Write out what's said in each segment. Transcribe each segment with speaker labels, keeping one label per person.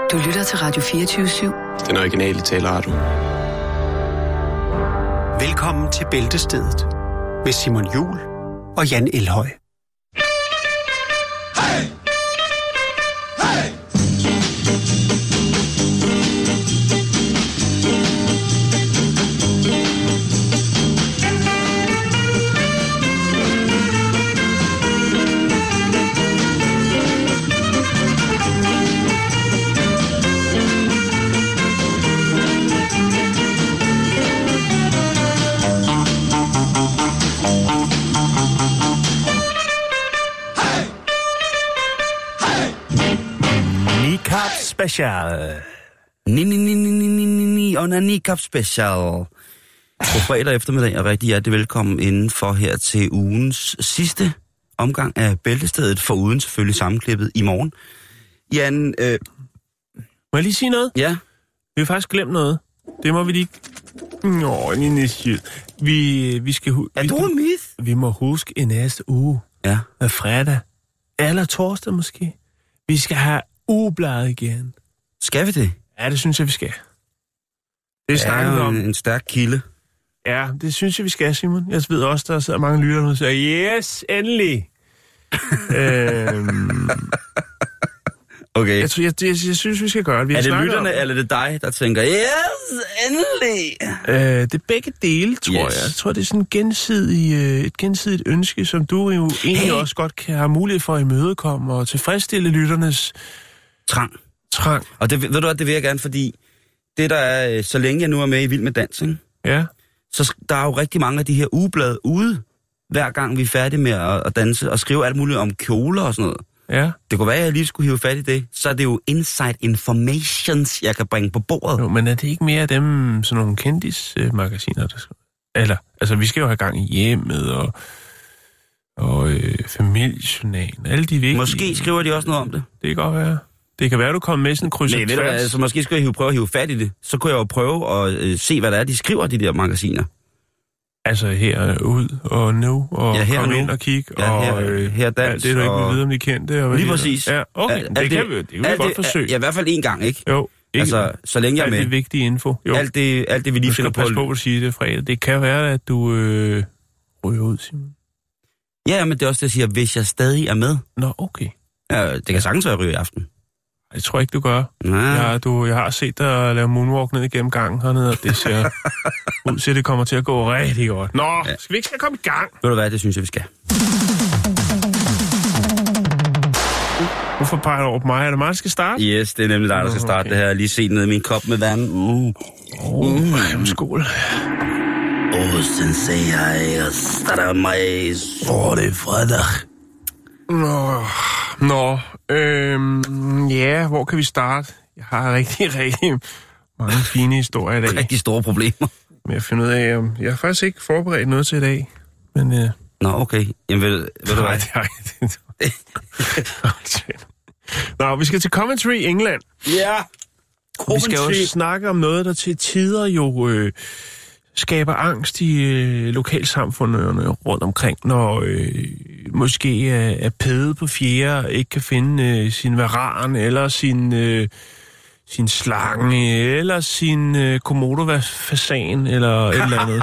Speaker 1: Du lytter til Radio 24/7.
Speaker 2: Den originale taleradio.
Speaker 3: Velkommen til Bæltestedet med Simon Juhl og Jan Elhøj.
Speaker 4: Hey! Hey!
Speaker 5: Special. Under Nikap Special. På fredag eftermiddag er rigtig hjertelig velkommen indenfor her til ugens sidste omgang af Bæltestedet, foruden selvfølgelig sammenklippet i morgen. Jan,
Speaker 6: må jeg lige sige noget?
Speaker 5: Ja.
Speaker 6: Vi har faktisk glemt noget. Det må vi lige... Vi skal... Vi må huske i næste uge.
Speaker 5: Ja.
Speaker 6: Fredag. Eller torsdag måske. Vi skal have ugebladet igen.
Speaker 5: Skal vi det?
Speaker 6: Ja, det synes jeg, vi skal. Det er
Speaker 5: jo
Speaker 6: om.
Speaker 5: En stærk kilde.
Speaker 6: Ja, det synes jeg, vi skal, Simon. Jeg ved også, der sidder mange lytter, der siger, yes, endelig.
Speaker 5: Okay.
Speaker 6: Jeg synes, vi skal gøre det.
Speaker 5: Er det lytterne, eller er det dig, der tænker, yes, endelig?
Speaker 6: Det er begge dele, tror jeg. Jeg tror, det er sådan et gensidigt ønske, som du jo egentlig også godt kan have mulighed for at imødekomme og tilfredsstille lytternes trang.
Speaker 5: Og det, ved du hvad, det vil jeg gerne, fordi det der er, så længe jeg nu er med i Vild med Dans, ikke?
Speaker 6: Ja.
Speaker 5: Så der er jo rigtig mange af de her ugeblade ude, hver gang vi er færdige med at danse og skrive alt muligt om kjoler og sådan noget.
Speaker 6: Ja.
Speaker 5: Det kunne være, at jeg lige skulle hive fat i det. Så er det jo inside informations, jeg kan bringe på bordet.
Speaker 6: Jo, men er det ikke mere af dem, sådan nogle kendismagasiner, der skal... Eller, altså, vi skal jo have gang i hjemmet og familiejournalen. Alle de vigtige...
Speaker 5: Måske skriver de også noget om det.
Speaker 6: Det kan godt være. Det kan være, du kommer med sådan en kryds.
Speaker 5: Nej, ved du hvad, altså, måske skulle jeg prøve at hive fat i det. Så kunne jeg jo prøve at se, hvad der er, de skriver, de der magasiner.
Speaker 6: Altså her ud og nu, og
Speaker 5: ja,
Speaker 6: komme ind og kigge,
Speaker 5: ja,
Speaker 6: og
Speaker 5: her dans,
Speaker 6: det du ikke vil vide, om de kendte. Og
Speaker 5: lige præcis.
Speaker 6: Ja, okay, det kan vi godt forsøge.
Speaker 5: Ja, i hvert fald en gang, ikke?
Speaker 6: Jo. Ikke,
Speaker 5: altså, så længe jeg er med.
Speaker 6: Alt det vigtige info. Jo.
Speaker 5: Alt det, vi lige finder på.
Speaker 6: Du skal passe på, at sige det fredag. Det kan være, at du ryger ud, Simon.
Speaker 5: Ja, men det er også det, jeg siger, hvis jeg stadig er med.
Speaker 6: Nå, okay.
Speaker 5: Ja, det kan sagtens være, at jeg ryger i aften.
Speaker 6: Jeg tror ikke, du gør.
Speaker 5: Nej.
Speaker 6: Jeg har set dig lave moonwalk ned igennem gangen hernede, og det ser ud til, at det kommer til at gå rigtig godt. Nå, ja. Skal vi ikke komme i gang?
Speaker 5: Ved du hvad, det synes jeg, vi skal.
Speaker 6: Hvorfor peger du over på mig? Er det mig, der skal starte?
Speaker 5: Yes, det er nemlig dig, der skal starte det her. Lige se ned i min kop med vand.
Speaker 6: Skål.
Speaker 5: Sensei, jeg starter mig sorte fredag.
Speaker 6: Ja, hvor kan vi starte? Jeg har rigtig mange fine historier i dag.
Speaker 5: Rigtig store problemer.
Speaker 6: Men jeg finder ud af, jeg har faktisk ikke forberedt noget til i dag. Men,
Speaker 5: Nå, okay. Jamen, ved du hvad?
Speaker 6: Nå, vi skal til Coventry, England.
Speaker 5: Ja.
Speaker 6: Vi skal jo snakke om noget, der til tider jo skaber angst i lokalsamfundene rundt omkring, når måske er pæde på fjerde, ikke kan finde sin varan, eller sin slange, eller sin komodo-fasan, eller et eller andet.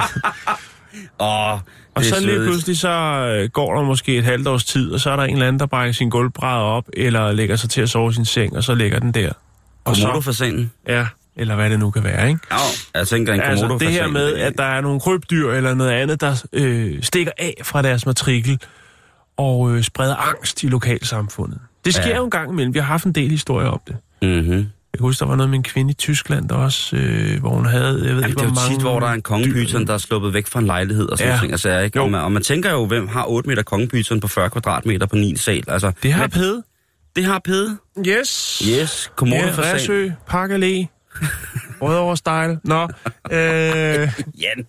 Speaker 6: Og så lige pludselig, så går der måske et halvt års tid, og så er der en eller anden, der brækker sin gulvbrædder op, eller lægger sig til at sove i sin seng, og så ligger den der.
Speaker 5: Komodo-fasanen?
Speaker 6: Ja, eller hvad det nu kan være, ikke?
Speaker 5: Ja, jeg tænker en komodo-fasan.
Speaker 6: Altså det her med, at der er nogle krybdyr eller noget andet, der stikker af fra deres matrikel, og spreder angst i lokalsamfundet. Det sker jo en gang imellem. Vi har haft en del historier om det.
Speaker 5: Mhm.
Speaker 6: Jeg kan huske, der var noget med en kvinde i Tyskland, der også, hvor hun havde, jeg ved ikke, hvor mange...
Speaker 5: Det er jo tit, hvor der er en kongepyton, der er sluppet væk fra en lejlighed og sådan ting. Altså, ikke? Og man tænker jo, hvem har 8 meter kongepyton på 40 kvadratmeter på 9. sal? Altså,
Speaker 6: det har pæde.
Speaker 5: Det har pæde?
Speaker 6: Yes.
Speaker 5: Komodo-fasan.
Speaker 6: Ja, Ræsø, Park Allé, Rødovre-style. Nå.
Speaker 5: Jan.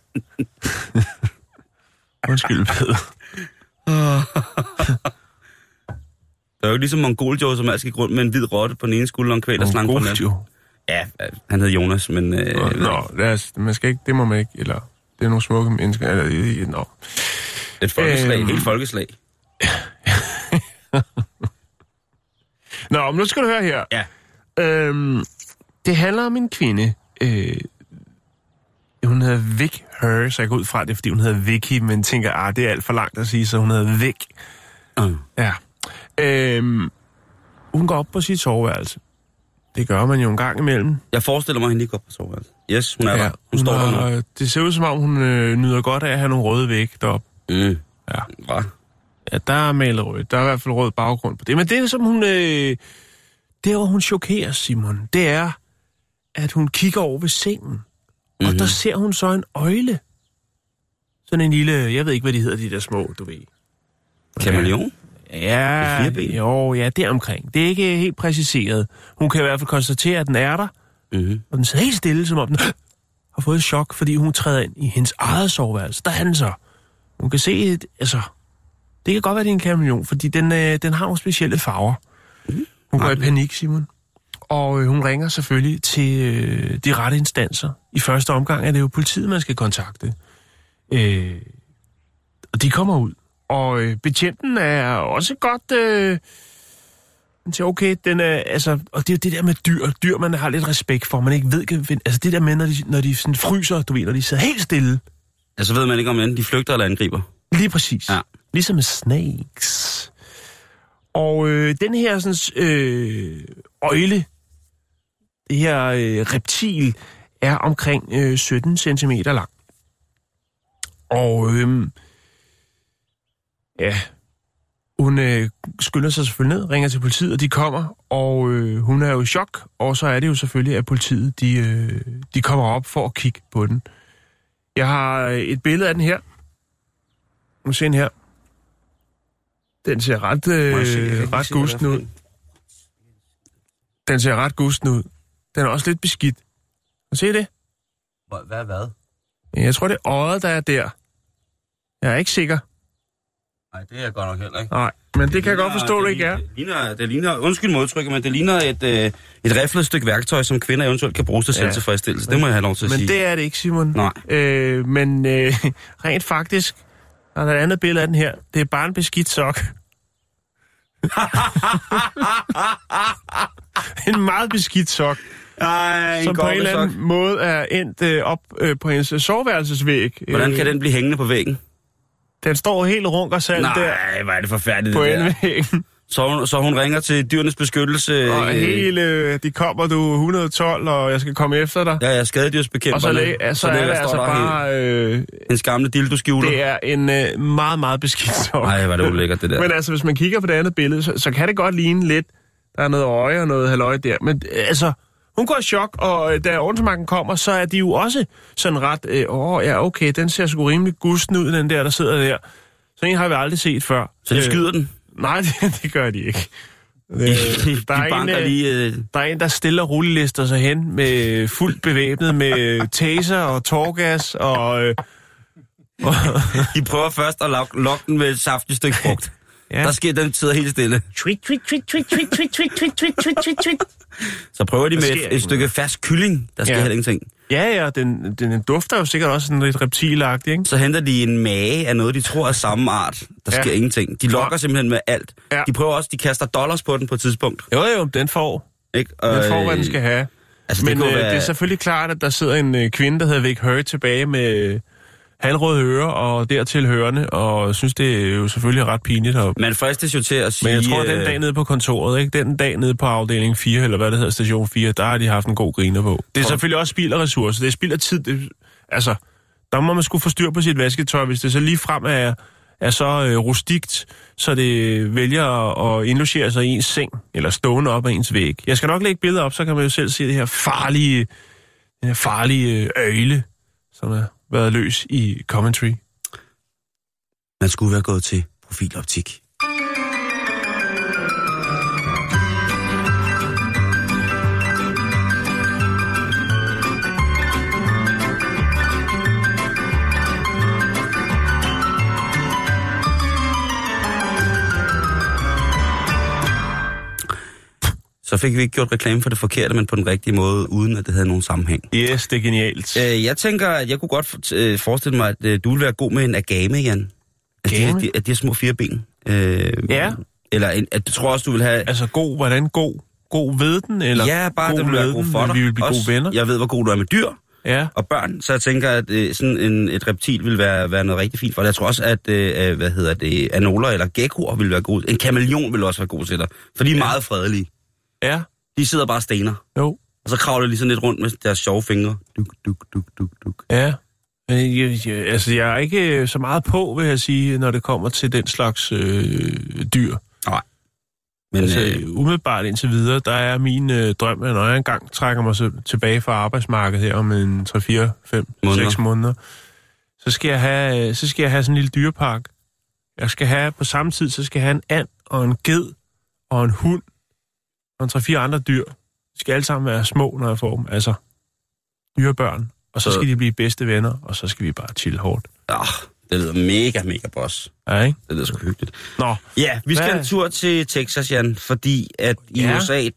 Speaker 6: Undskyld, pæde.
Speaker 5: Det er jo ikke ligesom Mongol-Joe, som altid gik rundt med en hvid rotte på den ene skulder og en kvælerslange på den anden. Ja, han hed Jonas, men...
Speaker 6: man skal ikke, det må man ikke, eller... Det er nogle smukke mennesker, eller...
Speaker 5: Et folkeslag, helt folkeslag.
Speaker 6: Nå, men nu skal du høre her.
Speaker 5: Ja.
Speaker 6: Det handler om en kvinde. Hun hedder Vic Her, så jeg går ud fra det, fordi hun hedder Vicky, men tænker, det er alt for langt at sige, så hun hedder Vic. Ja. Hun går op på sit soveværelse. Det gør man jo en gang imellem.
Speaker 5: Jeg forestiller mig, at hende lige går op på soveværelse. Yes, hun er der. Hun står der nu.
Speaker 6: Det ser ud som om, hun nyder godt af at have nogle røde væg deroppe. Ja.
Speaker 5: Hva?
Speaker 6: Ja, der er malet rødt. Der er i hvert fald rød baggrund på det. Men det, som hun... det, hvor hun chokerer, Simon, det er, at hun kigger over ved sengen. Og der ser hun så en øgle. Sådan en lille... Jeg ved ikke, hvad de hedder, de der små, du ved.
Speaker 5: Kameleon?
Speaker 6: Ja, det er omkring. Det er ikke helt præciseret. Hun kan i hvert fald konstatere, at den er der. Og den sidder helt stille, som om den har fået et chok, fordi hun træder ind i hendes eget soveværelse. Der er den så. Hun kan se, altså... Det kan godt være, det er en kameleon, fordi den har nogle specielle farver. Hun går i panik, Simon. Og hun ringer selvfølgelig til de rette instanser. I første omgang er det jo politiet, man skal kontakte. Og de kommer ud. Og betjenten er også godt... den siger, okay, den er... Altså, og det er jo det der med dyr. Dyr, man har lidt respekt for. Man ikke ved... Altså det der med, når de sådan fryser, du ved, når de sidder helt stille.
Speaker 5: Altså ved man ikke, om de flygter eller angriber.
Speaker 6: Lige præcis. Ja. Ligesom med snakes. Og den her sådan, øgle, det her reptil, er omkring 17 cm lang. Og hun skynder sig selvfølgelig ned, ringer til politiet, og de kommer, og hun er jo i chok, og så er det jo selvfølgelig, at politiet de kommer op for at kigge på den. Jeg har et billede af den her. Nu ser den her. Den ser ret gusten ud. Den ser ret gusten ud. Den er også lidt beskidt. Kan du se det?
Speaker 5: Hvad?
Speaker 6: Jeg tror, det er øjet, der er der. Jeg er ikke sikker.
Speaker 5: Nej, det er jeg godt nok heller ikke.
Speaker 6: Nej, men det kan jeg godt forstå, det ikke er.
Speaker 5: Det ligner, undskyld modtrykket, men det ligner et riflet stykke værktøj, som kvinder eventuelt kan bruge til selvtilfredsstillelse. Det må jeg have lov til at sige.
Speaker 6: Men det er det ikke, Simon.
Speaker 5: Nej.
Speaker 6: Men rent faktisk, der er et andet billede af den her. Det er bare en beskidt sok. En meget beskidt sok. Som på en eller anden måde er endt op på hendes soveværelsesvæg.
Speaker 5: Hvordan kan den blive hængende på væggen?
Speaker 6: Den står helt runker selv der.
Speaker 5: Nej, hvor er det forfærdeligt
Speaker 6: på
Speaker 5: det der.
Speaker 6: Væggen.
Speaker 5: Så hun ringer til Dyrenes Beskyttelse.
Speaker 6: Og de kommer, du 112, og jeg skal komme efter dig.
Speaker 5: Ja, skadedyrsbekæmperne.
Speaker 6: Og så er det altså bare...
Speaker 5: en gamle dildoskjuler.
Speaker 6: Det er en meget, meget beskidt sok.
Speaker 5: Nej, hvor er det ulækkert, det der.
Speaker 6: Men altså, hvis man kigger på det andet billede, så kan det godt ligne lidt. Der er noget øje og noget halløj der. Men altså, hun går i chok, og da ordensmagten kommer, så er de jo også sådan ret... okay, den ser sgu rimelig gusten ud, den der sidder der. Så en har vi aldrig set før.
Speaker 5: Så de skyder den?
Speaker 6: Nej, det gør de ikke. Der er en, der stiller rullelister sig hen med fuldt bevæbnet med taser og tårgas og...
Speaker 5: De prøver først at lokke den med et saftigt stykke frugt. Ja. Der sker, den sidder helt stille. Så prøver de med et stykke fersk kylling. Der sker heller ingenting.
Speaker 6: Ja, den dufter jo sikkert også sådan lidt reptilagtig, ikke?
Speaker 5: Så henter de en mage af noget, de tror er samme art. Der sker ingenting. De lokker simpelthen med alt. Ja. De prøver også, de kaster dollars på den på et tidspunkt.
Speaker 6: Jo, den får. Ikke? Den får, hvad den skal have. Altså, men det er selvfølgelig klart, at der sidder en kvinde, der hedder Vic Hurt, tilbage med halvrøde ører og dertil hørende, og synes, det er jo selvfølgelig ret pinligt.
Speaker 5: Man fristes jo til at sige...
Speaker 6: Men jeg tror, den dag nede på kontoret, ikke? Den dag nede på afdeling 4, eller hvad det hedder, station 4, der har de haft en god griner på. Det er selvfølgelig også spild af ressourcer. Det er spild af tid. Altså, der må man sgu få styr på sit vasketøj, hvis det så lige frem er så rustikt, så det vælger at indlogere sig i ens seng, eller stående op af ens væg. Jeg skal nok lægge billeder op, så kan man jo selv se det her farlige øgle, som er været løs i Coventry.
Speaker 5: Man skulle være gået til Profiloptik. Så fik vi ikke gjort reklame for det forkerte, men på den rigtige måde, uden at det havde nogen sammenhæng.
Speaker 6: Yes, det er genialt.
Speaker 5: Jeg tænker, at jeg kunne godt forestille mig, at du ville være god med en agame, Jan. At de små 4 ben.
Speaker 6: Ja.
Speaker 5: Eller at du tror også, du vil have...
Speaker 6: Altså god, hvordan god? god ved den, eller
Speaker 5: ja, bare det vil være god for dig.
Speaker 6: Vi vil blive gode venner.
Speaker 5: Jeg ved, hvor god du er med dyr
Speaker 6: og
Speaker 5: børn, så jeg tænker, at sådan et reptil vil være noget rigtig fint for dig. Jeg tror også, at anoler eller geckoer vil være gode. En kameleon vil også være god til dig, for de er meget fredelige.
Speaker 6: Ja.
Speaker 5: De sidder bare og stener.
Speaker 6: Jo.
Speaker 5: Og så kravler de lige sådan lidt rundt med deres sjove fingre. Duk.
Speaker 6: Ja. Altså, jeg er ikke så meget på, vil jeg sige, når det kommer til den slags dyr.
Speaker 5: Nej. Men
Speaker 6: altså, umiddelbart indtil videre, der er min drøm, at når jeg engang trækker mig tilbage fra arbejdsmarkedet her om en 3, 4, 5, 6 måneder, så skal jeg have sådan en lille dyrepark. Jeg skal have, på samme tid, så skal jeg have en and og en ged og en hund og en 3-4 andre dyr. De skal alle sammen være små, når jeg får dem. Altså, dyrebørn. Og så skal de blive bedste venner, og så skal vi bare chill hårdt.
Speaker 5: Det lyder mega boss.
Speaker 6: Ja, ikke?
Speaker 5: Det lyder sgu hyggeligt.
Speaker 6: Nå.
Speaker 5: Ja, vi skal en tur til Texas, Jan, fordi at i USA,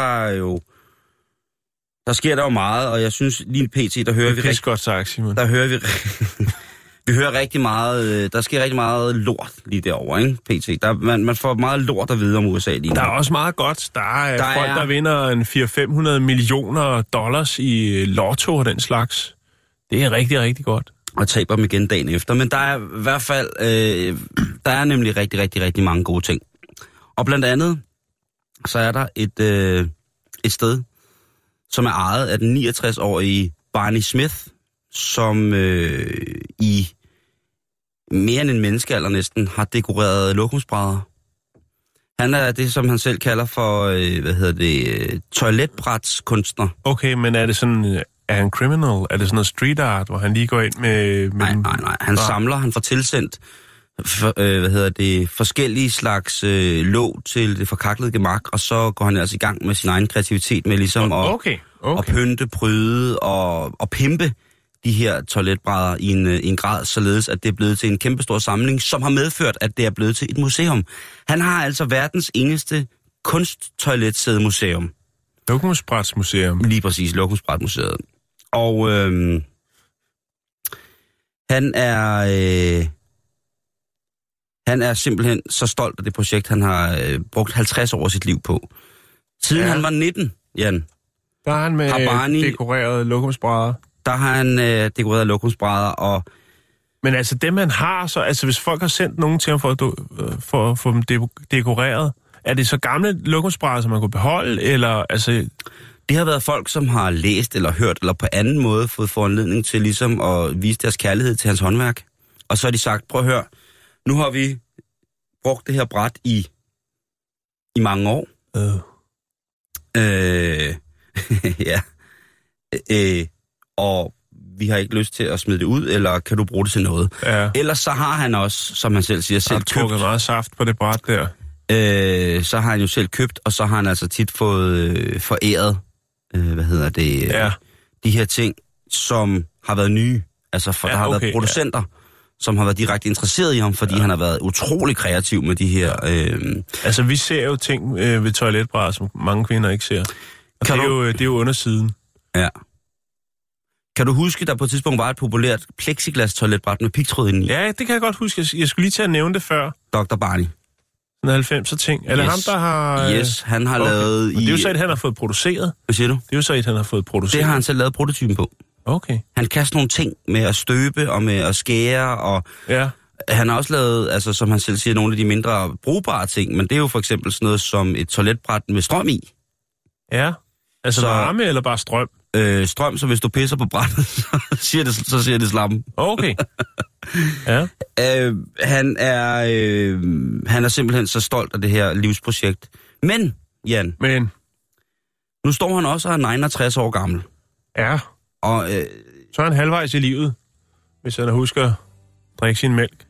Speaker 5: der sker der jo meget, og jeg synes lige pt, der hører vi rigtig
Speaker 6: godt sagt, Simon.
Speaker 5: Der hører vi hører rigtig meget, der sker rigtig meget lort lige derovre, ikke? PT. Man får meget lort at vide om USA lige nu.
Speaker 6: Der er også meget godt. Der er folk, der vinder en $400-500 millioner i lotto og den slags. Det er rigtig, rigtig godt.
Speaker 5: Og taber dem igen dagen efter. Men der er i hvert fald, der er nemlig rigtig, rigtig, rigtig mange gode ting. Og blandt andet, så er der et sted, som er ejet af den 69-årige Barney Smith, som i mere end en menneskealder næsten har dekoreret lokumsbrædder. Han er det, som han selv kalder for, toiletbrætskunstner.
Speaker 6: Okay, men er det sådan, er han criminal? Er det sådan noget street art, hvor han lige går ind med
Speaker 5: nej. Han samler, han får tilsendt forskellige slags låg til det forkaklede gemak, og så går han altså i gang med sin egen kreativitet med ligesom at pynte, pryde og pimpe de her toiletbrædder i en grad, således at det er blevet til en kæmpestor samling, som har medført, at det er blevet til et museum. Han har altså verdens eneste kunsttoiletsædemuseum.
Speaker 6: Lokumsbrætsmuseum.
Speaker 5: Lige præcis, Lokumsbrætsmuseet. Og han er simpelthen så stolt af det projekt, han har brugt 50 år af sit liv på. Siden han var 19, Jan.
Speaker 6: Der har han med dekoreret lokumsbrædder.
Speaker 5: Der har han dekoreret lokumsbrædder, og...
Speaker 6: Men altså dem, han har, så altså hvis folk har sendt nogen til ham for at få dem dekoreret, er det så gamle lokumsbrædder, som man kunne beholde, eller altså...
Speaker 5: Det har været folk, som har læst eller hørt, eller på anden måde fået foranledning til ligesom at vise deres kærlighed til hans håndværk. Og så har de sagt, prøv at høre, nu har vi brugt det her bræt i mange år. Ja. Og vi har ikke lyst til at smide det ud, eller kan du bruge det til noget?
Speaker 6: Ja.
Speaker 5: Ellers så har han også, som han selv siger, selv
Speaker 6: købt meget saft på det bræt der.
Speaker 5: Så har han jo selv købt, og så har han altså tit fået foræret, de her ting, som har været nye. Altså, der har været producenter, som har været direkte interesseret i ham, fordi han har været utrolig kreativ med de her...
Speaker 6: Altså, vi ser jo ting ved toiletbrædder, som mange kvinder ikke ser. Det er jo undersiden.
Speaker 5: Ja. Kan du huske, der på et tidspunkt var et populært plexiglas-toiletbræt med pigtråd indeni?
Speaker 6: Ja, det kan jeg godt huske. Jeg skulle lige til at nævne det før.
Speaker 5: Dr. Barney.
Speaker 6: En 90'er ting. Er det ham, der har...
Speaker 5: Yes, han har lavet...
Speaker 6: Det er jo så et, han har fået produceret.
Speaker 5: Hvad siger du?
Speaker 6: Det er jo så et, han har fået produceret.
Speaker 5: Det har han selv lavet prototypen på.
Speaker 6: Okay.
Speaker 5: Han kan sådan nogle ting med at støbe og med at skære, og...
Speaker 6: Ja.
Speaker 5: Han har også lavet, altså som han selv siger, nogle af de mindre brugbare ting, men det er jo for eksempel sådan noget som et toiletbræt med strøm i.
Speaker 6: Ja. Altså varme eller bare strøm?
Speaker 5: Strøm, så hvis du pisser på brættet, så siger det slammen.
Speaker 6: Okay. Ja.
Speaker 5: Han er simpelthen så stolt af det her livsprojekt. Men, Jan. Nu står han også og er 69 år gammel.
Speaker 6: Ja.
Speaker 5: Og,
Speaker 6: så er han halvvejs i livet, hvis han husker at drikke sin mælk.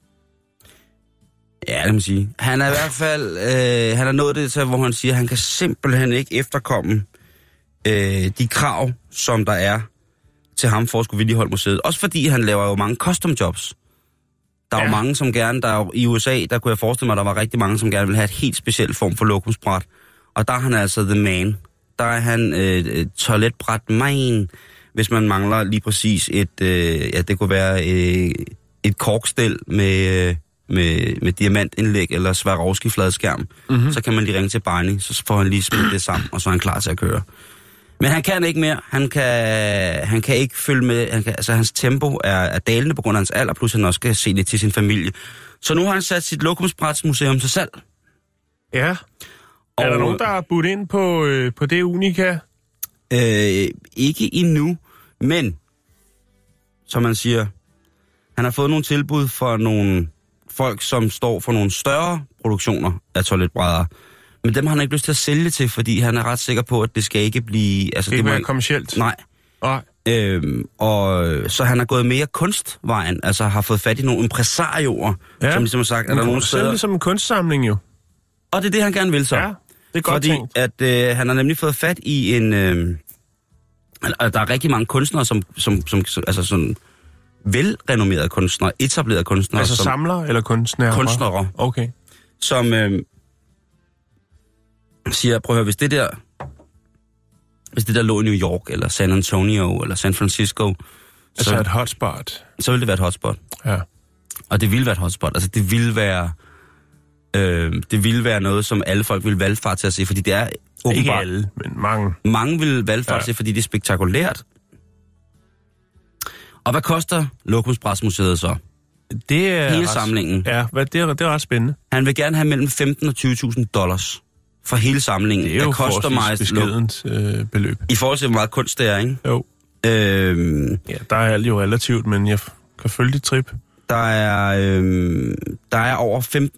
Speaker 5: Ja, det må man sige. Han er i hvert fald, han er nået det til, hvor han siger, at han kan simpelthen ikke efterkomme de krav, som der er til ham for at skulle vedligeholde museet. Også fordi han laver jo mange custom jobs. Der er jo mange, som gerne, i USA, der kunne jeg forestille mig, at der var rigtig mange, som gerne ville have et helt specielt form for lokumsbræt. Og der er han altså the man. Der er han toiletbræt man, hvis man mangler lige præcis det kunne være et korkstel med med diamantindlæg eller Swarovski-fladskærm, så kan man lige ringe til Barney, så får han lige smidt det sammen, og så er han klar til at køre. Men han kan ikke mere. Han kan ikke følge med. Altså, hans tempo er dalende på grund af hans alder, plus han også skal se lidt til sin familie. Så nu har han sat sit lokumsbrætsmuseum til salg.
Speaker 6: Ja. Er der nogen, der har budt ind på det Unica?
Speaker 5: Ikke endnu, men som man siger, han har fået nogle tilbud for nogle folk, som står for nogle større produktioner af toiletbrædder. Men dem har han ikke lyst til at sælge til, fordi han er ret sikker på, at det skal ikke blive... Altså,
Speaker 6: det må være kommercielt?
Speaker 5: Nej. Og så han har gået mere kunstvejen, altså har fået fat i nogle impresarioer, som ligesom har sagt, at der er nogle steder...
Speaker 6: Det som en kunstsamling jo.
Speaker 5: Og det er det, han gerne vil så.
Speaker 6: Ja, det er godt tænkt.
Speaker 5: Fordi at han har nemlig fået fat i en... der er rigtig mange kunstnere, som altså sådan velrenommerede kunstnere, etablerede kunstnere...
Speaker 6: Altså samlere eller kunstnere?
Speaker 5: Kunstnere.
Speaker 6: Okay.
Speaker 5: Som siger, prøv at høre, hvis det der lå i New York, eller San Antonio, eller San Francisco...
Speaker 6: Altså et hotspot.
Speaker 5: Så ville det være et hotspot.
Speaker 6: Ja.
Speaker 5: Og det ville være et hotspot. Altså det ville være noget, som alle folk ville valgfarte til at se, fordi det er åbenbart...
Speaker 6: Ikke alle, men mange.
Speaker 5: Mange vil valgfarte til, fordi det er spektakulært. Og hvad koster Lokumsbrætsmuseet så?
Speaker 6: Det er
Speaker 5: hele samlingen.
Speaker 6: Ja, det er ret spændende.
Speaker 5: Han vil gerne have mellem $15,000 og $20,000 for hele samlingen.
Speaker 6: Det er jo forholdsvis beskedent beløb.
Speaker 5: I forhold til, hvor meget kunst det er, ikke?
Speaker 6: Jo. Ja, der er alt jo relativt, men jeg kan følge dit trip.
Speaker 5: Der er over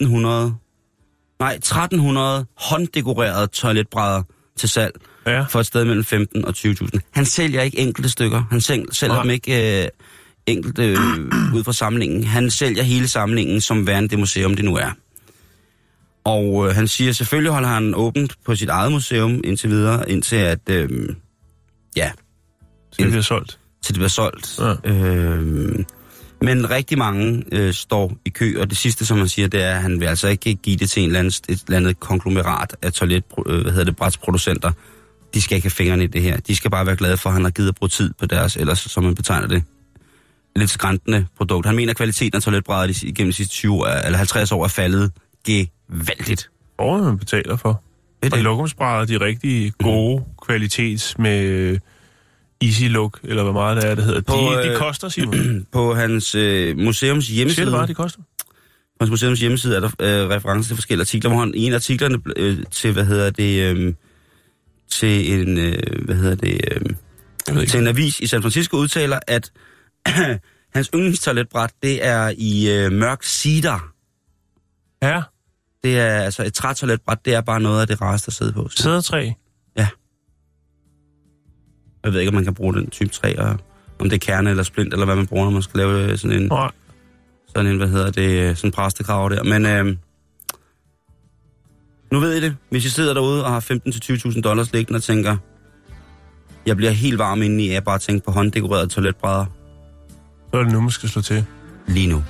Speaker 5: 1300 hånddekorerede toiletbrædder til salg for et sted mellem 15 og 20.000. Han sælger ikke enkelte stykker. Han sælger dem ikke enkelte ud fra samlingen. Han sælger hele samlingen som værende det museum, det nu er. Og han siger, selvfølgelig holder han åbent på sit eget museum indtil videre, indtil at...
Speaker 6: Til det bliver solgt.
Speaker 5: Til det bliver solgt.
Speaker 6: Ja.
Speaker 5: Men rigtig mange står i kø, og det sidste, som han siger, det er, at han vil altså ikke give det til et eller andet konglomerat af brætsproducenter. De skal ikke have fingrene i det her. De skal bare være glade for, at han har givet at bruge tid på deres, ellers som man betegner det, lidt skræntende produkt. Han mener, at kvaliteten af toiletbrædder gennem de sidste 20 år, eller 50 år er faldet gevaldigt.
Speaker 6: Man betaler for. Og lokumsbrædder, de er rigtig gode kvalitets med... Easy Look, eller hvor meget det er, det hedder. De koster, Simon. På
Speaker 5: hans museums hjemmeside...
Speaker 6: Siger det bare, de koster?
Speaker 5: På hans museums hjemmeside er der referencer til forskellige artikler, hvor han i en af artiklerne til en avis i San Francisco udtaler, at hans yndlingstoiletbræt, det er i mørk cedar.
Speaker 6: Ja.
Speaker 5: Det er altså et trætoiletbræt, det er bare noget af det rareste at sidde på.
Speaker 6: Cedertræ?
Speaker 5: Ja. Jeg ved ikke, om man kan bruge den type træ, og om det er kerne eller splint, eller hvad man bruger, når man skal lave sådan en...
Speaker 6: Nej.
Speaker 5: Sådan en, sådan en præstekrav der. Men nu ved I det. Hvis I sidder derude og har $15,000 til $20,000 liggende og tænker, jeg bliver helt varm indeni af bare at tænke på hånddekorerede toiletbrædder.
Speaker 6: Så er det nu, man skal slå til.
Speaker 5: Lige nu.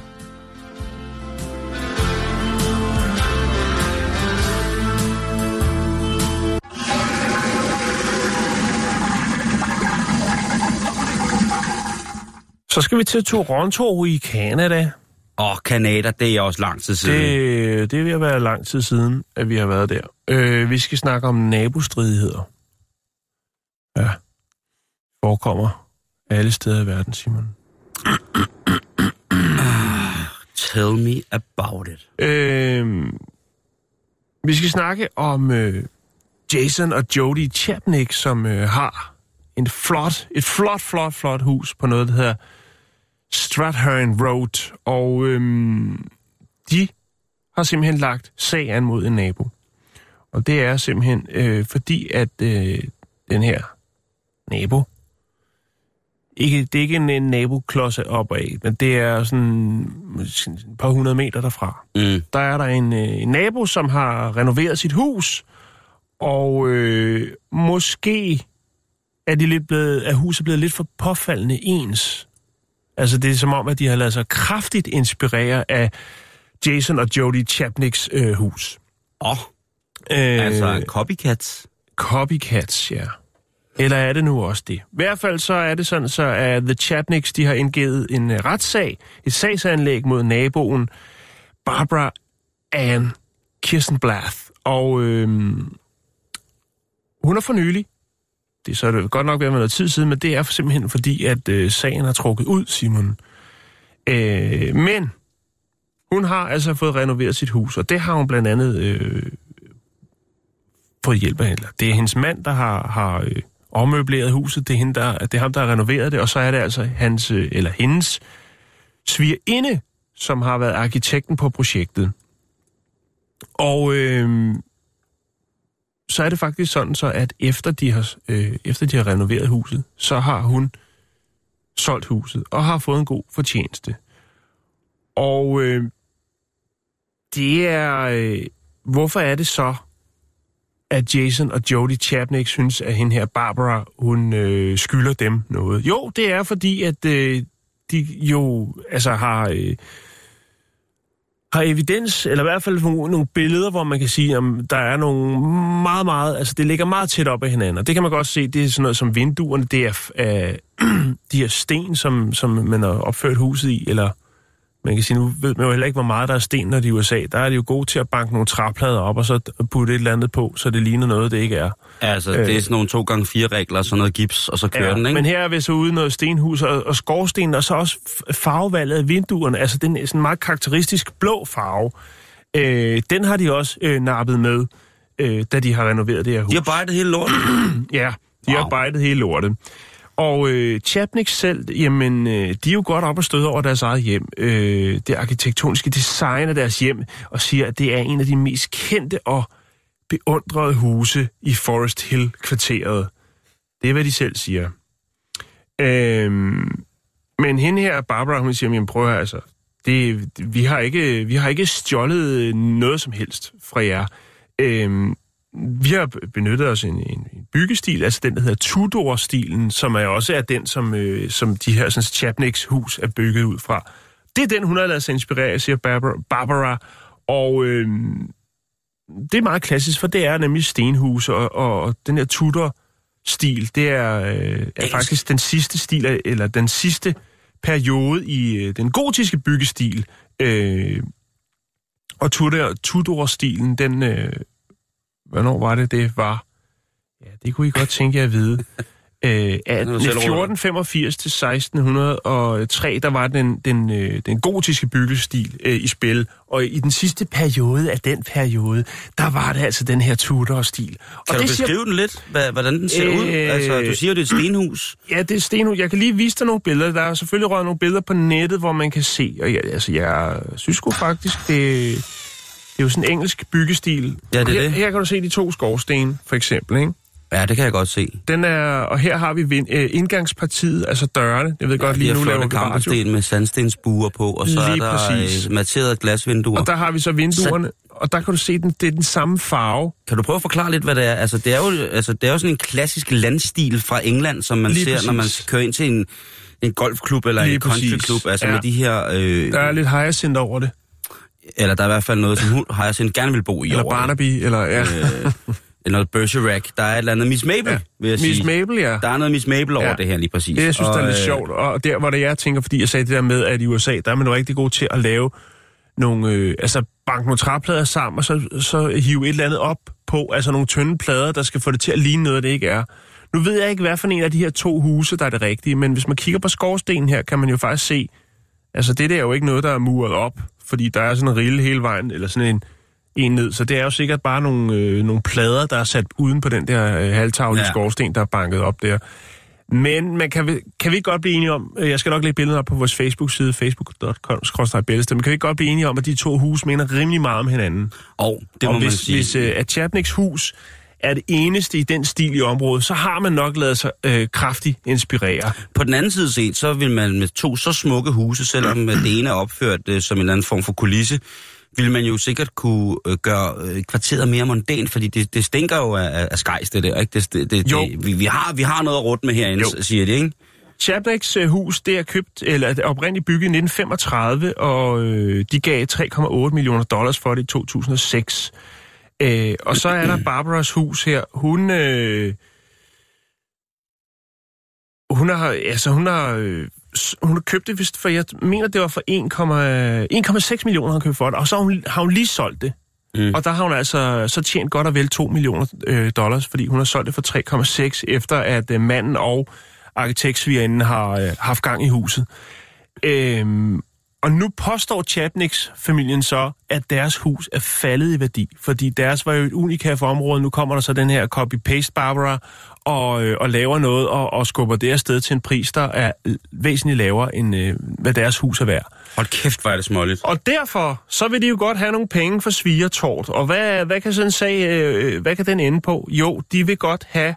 Speaker 6: Så skal vi til Toronto i Canada.
Speaker 5: Canada, det er også lang tid siden.
Speaker 6: Det vil være lang tid siden, at vi har været der. Vi skal snakke om nabostridigheder. Ja. Forekommer alle steder i verden, Simon.
Speaker 5: Tell me about it.
Speaker 6: Vi skal snakke om Jason og Jody Chapnik, som har et flot hus på noget, der hedder Strathern Road, og de har simpelthen lagt sag an mod en nabo. Og det er simpelthen fordi, at den her nabo, det er ikke en naboklods opad, men det er sådan et par 100 meter derfra. Der er der en nabo, som har renoveret sit hus, og måske er huset blevet lidt for påfaldende ens. Altså, det er som om, at de har ladet sig kraftigt inspirere af Jason og Jody Chapniks hus.
Speaker 5: Altså copycats?
Speaker 6: Copycats, ja. Eller er det nu også det? I hvert fald så er det sådan, så at The Chapniks, de har indgivet en retssag, et sagsanlæg mod naboen, Barbara Ann Kirstenblath. Og hun er for nylig. Det er så godt nok været med noget tid siden, men det er simpelthen fordi, at sagen har trukket ud, Simon. Men hun har altså fået renoveret sit hus, og det har hun blandt andet fået hjælp af. Det er hendes mand, der har ommøbleret huset. Det er ham, der har renoveret det, og så er det altså hendes svigerinde, som har været arkitekten på projektet. Og så er det faktisk sådan, så at efter de har renoveret huset, så har hun solgt huset og har fået en god fortjeneste. Og det er... hvorfor er det så, at Jason og Jody Chapnik synes, at hende her Barbara, hun skylder dem noget? Jo, det er fordi, at de jo altså har evidens, eller i hvert fald nogle billeder, hvor man kan sige, at der er nogle meget, meget... Altså, det ligger meget tæt op ad hinanden, og det kan man godt se, det er sådan noget som vinduerne, det er de her sten, som man har opført huset i, eller man kan sige, nu ved man jo heller ikke, hvor meget der er sten, når de er i USA. Der er de jo gode til at banke nogle træplader op, og så putte et eller andet på, så det ligner noget, det ikke er. Altså, det er sådan nogle 2x4-regler, sådan noget gips, og så kører den, ikke? Men her er vi så ude noget stenhus og skorsten, og så også farvevalget af vinduerne. Altså, den er sådan en meget karakteristisk blå farve. Den har de også nappet med, da de har renoveret det her hus. De har bejdet hele lortet? Ja, de har bejdet hele lortet. Og Chapnik selv, jamen, de er jo godt op og støde over deres eget hjem. Det arkitektoniske design af deres hjem, og siger, at det er en af de mest kendte og beundrede huse i Forest Hill-kvarteret. Det er, hvad de selv siger. Men hende her, Barbara, hun siger, jamen prøv her, altså, vi har ikke stjålet noget som helst fra jer. Vi har benyttet os en byggestil, altså den, der hedder Tudor-stilen, som er også er den, som de her sådan, Chapniks hus er bygget ud fra. Det er den, hun har ladet sig inspirere, siger Barbara. Og det er meget klassisk, for det er nemlig stenhus, og den her Tudor-stil, det er faktisk den sidste stil, eller den sidste periode i den gotiske byggestil. Og Tudor-stilen, den... Hvornår var det? Det var... Ja, det kunne I godt tænke jer at vide. 1485 til 1603, der var den gotiske byggestil i spil. Og i den sidste periode af den periode, der var det altså den her Tudor-stil.
Speaker 5: Kan du beskrive den lidt, hvordan den ser ud? Altså, du siger, det er et stenhus.
Speaker 6: Ja, det er et stenhus. Jeg kan lige vise dig nogle billeder. Der er selvfølgelig røget nogle billeder på nettet, hvor man kan se. Og jeg synes sgu faktisk, det er jo sådan en engelsk byggestil. Ja, det er her kan du se de 2 skorstene, for eksempel, ikke?
Speaker 5: Ja, det kan jeg godt se.
Speaker 6: Og her har vi indgangspartiet, altså dørene. Jeg ved godt lige nu laver
Speaker 5: kampesten med sandstensbuer på, og så lige er der matterede glasvinduer.
Speaker 6: Og der har vi så vinduerne, og der kan du se, det er den samme farve.
Speaker 5: Kan du prøve at forklare lidt, hvad det er? Altså, det er jo sådan en klassisk landstil fra England, som man lige ser, præcis, når man kører ind til en golfklub eller lige en countryklub, altså med de her...
Speaker 6: der er lidt hyacinth over det.
Speaker 5: Eller der er i hvert fald noget, som hyacinth gerne vil bo i.
Speaker 6: Eller Barnaby, eller... Ja.
Speaker 5: Eller noget Bergerac. Der er et eller andet Miss Mabel, vil jeg sige.
Speaker 6: Miss Mabel, ja.
Speaker 5: Der er noget Miss Mabel over det her lige præcis.
Speaker 6: Det, jeg synes, det er lidt sjovt. Og der, hvor det jeg tænker, fordi jeg sagde det der med, at i USA, der er man jo rigtig god til at lave nogle... banke nogle træplader sammen, og så hive et eller andet op på, altså nogle tynde plader, der skal få det til at ligne noget, det ikke er. Nu ved jeg ikke, hvad for en af de her 2 huse, der er det rigtige, men hvis man kigger på skorstenen her, kan man jo faktisk se, altså det der er jo ikke noget, der er muret op, fordi der er sådan en rille hele vejen, eller sådan en ned. Så det er jo sikkert bare nogle plader, der er sat uden på den der halvtavlige skorsten, der er banket op der. Men man kan vi godt blive enige om, jeg skal nok lægge billedet op på vores Facebook-side, facebook.com/bæltested, men kan vi godt blive enige om, at de 2 huse minder rimelig meget om hinanden.
Speaker 5: Det må man sige.
Speaker 6: Hvis at Chapniks hus er det eneste i den stil i området, så har man nok ladet sig kraftigt inspirere.
Speaker 5: På den anden side set, så vil man med 2 så smukke huse, selvom det ene er opført som en eller anden form for kulisse, vil man jo sikkert kunne gøre kvarteret mere mondænt, fordi det stinker jo af skejs, det der, ikke? Vi har noget at råde med herinde, siger de, ikke?
Speaker 6: Chapniks hus, det er købt, eller oprindeligt bygget i 1935, og de gav $3,8 millioner for det i 2006. Og så er der Barbaras hus her. Hun har hun købte vist for, jeg mener, det var for 1,6 millioner, han købte for det, og så har hun lige solgt det. Og der har hun altså så tjent godt og vel $2 millioner, fordi hun har solgt det for 3,6, efter at manden og arkitektsvigerinden har haft gang i huset. Og nu påstår Chapniks familien så, at deres hus er faldet i værdi, fordi deres var jo et unikat for området. Nu kommer der så den her copy-paste Barbara og laver noget og skubber det afsted til en pris, der er væsentligt lavere, end hvad deres hus er værd.
Speaker 5: Hold kæft, hvor er det småligt.
Speaker 6: Og derfor, så vil de jo godt have nogle penge for svigertort. Og hvad kan sådan en sag, hvad kan den ende på? Jo, de vil godt have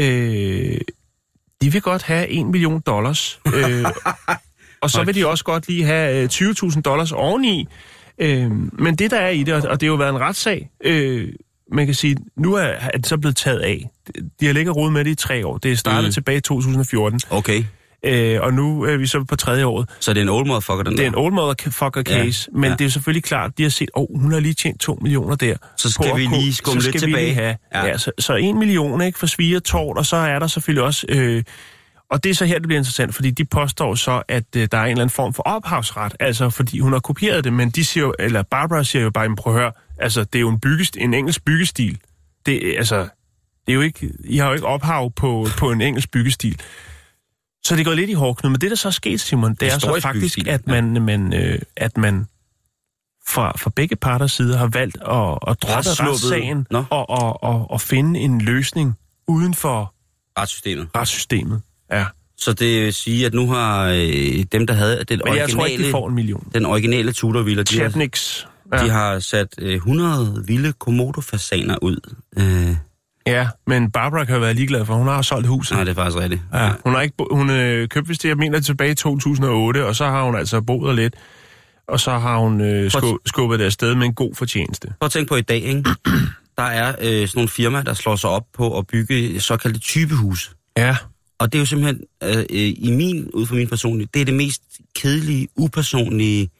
Speaker 6: $1 million. Og så vil de også godt lige have $20,000 oveni. Men det, der er i det, og det har jo været en retssag, man kan sige, nu er det så blevet taget af. De har ligget og rodet med det i 3 år. Det startede tilbage i 2014.
Speaker 5: Okay.
Speaker 6: Og nu er vi så på 3. året.
Speaker 5: Så det er en old motherfucker, den der?
Speaker 6: Det er en old motherfucker case, men det er selvfølgelig klart, de har set, hun har lige tjent $2 millioner der.
Speaker 5: Så skal vi lige skumme lidt tilbage.
Speaker 6: Så 1 million, ikke, for svigertort, og så er der selvfølgelig også... Og det er så her, det bliver interessant, fordi de påstår så, at der er en eller anden form for ophavsret, altså fordi hun har kopieret det, men de siger jo, eller Barbara siger jo bare, prøv at høre, altså det er jo en engelsk byggestil. Det er jo ikke, I har jo ikke ophav på en engelsk byggestil. Så det går lidt i hårdknud, men det der så er sket, Simon, det er så faktisk, at man fra begge parters side har valgt at droppe retssagen og finde en løsning uden for retssystemet. Ja.
Speaker 5: Så det vil sige, at nu har dem, der havde den originale...
Speaker 6: jeg tror ikke, de får $1 million.
Speaker 5: Den originale Tudor-villa,
Speaker 6: de
Speaker 5: har sat 100 vilde Komodo-fasaner ud.
Speaker 6: Ja, men Barbara kan jo være ligeglad, for hun har solgt huset.
Speaker 5: Nej, det er faktisk rigtigt.
Speaker 6: Ja. Hun købte vist det, jeg mener, tilbage i 2008, og så har hun altså boet der lidt, og så har hun skubbet det afsted med en god fortjeneste. Prøv
Speaker 5: at tænke på i dag, ikke? Der er sådan nogle firmaer, der slår sig op på at bygge såkaldte typehuse.
Speaker 6: Ja. Og
Speaker 5: det er jo simpelthen, ud fra min personlige, det er det mest kedelige, upersonlige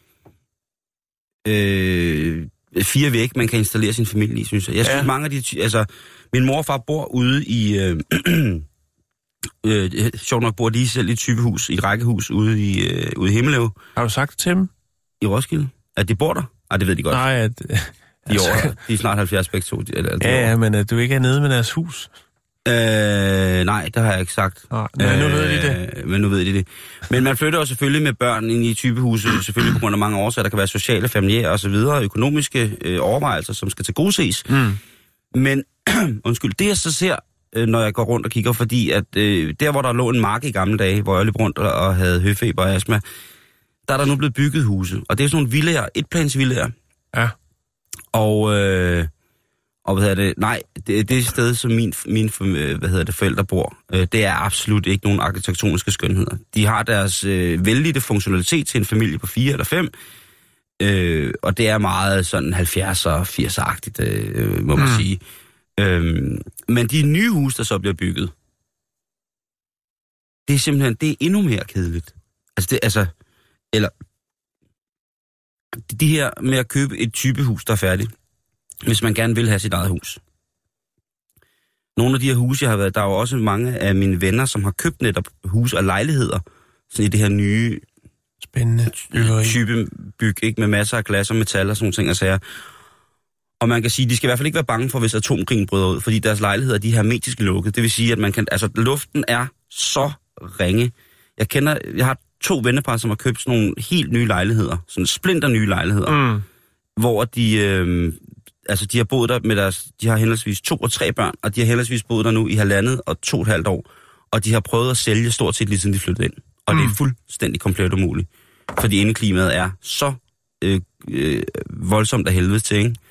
Speaker 5: 4 vægge, man kan installere sin familie i, synes jeg. Jeg synes, mange af de... Altså, min mor og far bor ude i... sjovt nok bor de selv i et typehus, i et rækkehus ude i Himmelev.
Speaker 6: Har du sagt det til dem?
Speaker 5: I Roskilde. At de bor der? Nej, det ved de godt.
Speaker 6: Nej,
Speaker 5: de er snart 70 begge to.
Speaker 6: Ja, men at du ikke er nede med deres hus.
Speaker 5: Nej, det har jeg ikke sagt.
Speaker 6: Men nu ved de det.
Speaker 5: Men nu ved de det. Men man flytter jo selvfølgelig med børn ind i typehuset, selvfølgelig på grund af mange årsager. Der kan være sociale, familiære og så videre, økonomiske overvejelser, som skal tilgodeses. Men, undskyld, det jeg så ser, når jeg går rundt og kigger, fordi at der, hvor der lå en mark i gamle dage, hvor jeg løb rundt og havde høfeber og astma, der er der nu blevet bygget huse. Og det er sådan nogle villaer, etplansvillaer.
Speaker 6: Ja.
Speaker 5: Og det sted, som mine forældre bor, det er absolut ikke nogen arkitektoniske skønheder. De har deres vældige funktionalitet til en familie på 4 eller 5, og det er meget sådan 70'er og 80'er-agtigt, må man sige. Men de nye huse, der så bliver bygget, det er simpelthen, det er endnu mere kedeligt. De her med at købe et typehus, der er færdigt, hvis man gerne vil have sit eget hus. Nogle af de her huse, jeg har været, der er jo også mange af mine venner, som har købt netop hus og lejligheder, sådan i det her nye
Speaker 6: spændende
Speaker 5: type byg, ikke, med masser af glas og metal og sådan nogle ting og sager. Og man kan sige, de skal i hvert fald ikke være bange for, hvis atomkrigen bryder ud, fordi deres lejligheder, de er hermetisk lukket. Det vil sige, at man kan, luften er så ringe. Jeg har 2 vennepar, som har købt sådan nogle helt nye lejligheder, sådan splinter nye lejligheder, hvor de har boet der med de har henholdsvis 2 og 3 børn, og de har henholdsvis boet der nu i 1,5 og 2,5 år, og de har prøvet at sælge stort set lige siden de flyttede ind. Og det er fuldstændig komplet umuligt, fordi indeklimaet er så voldsomt af helvede til, ikke?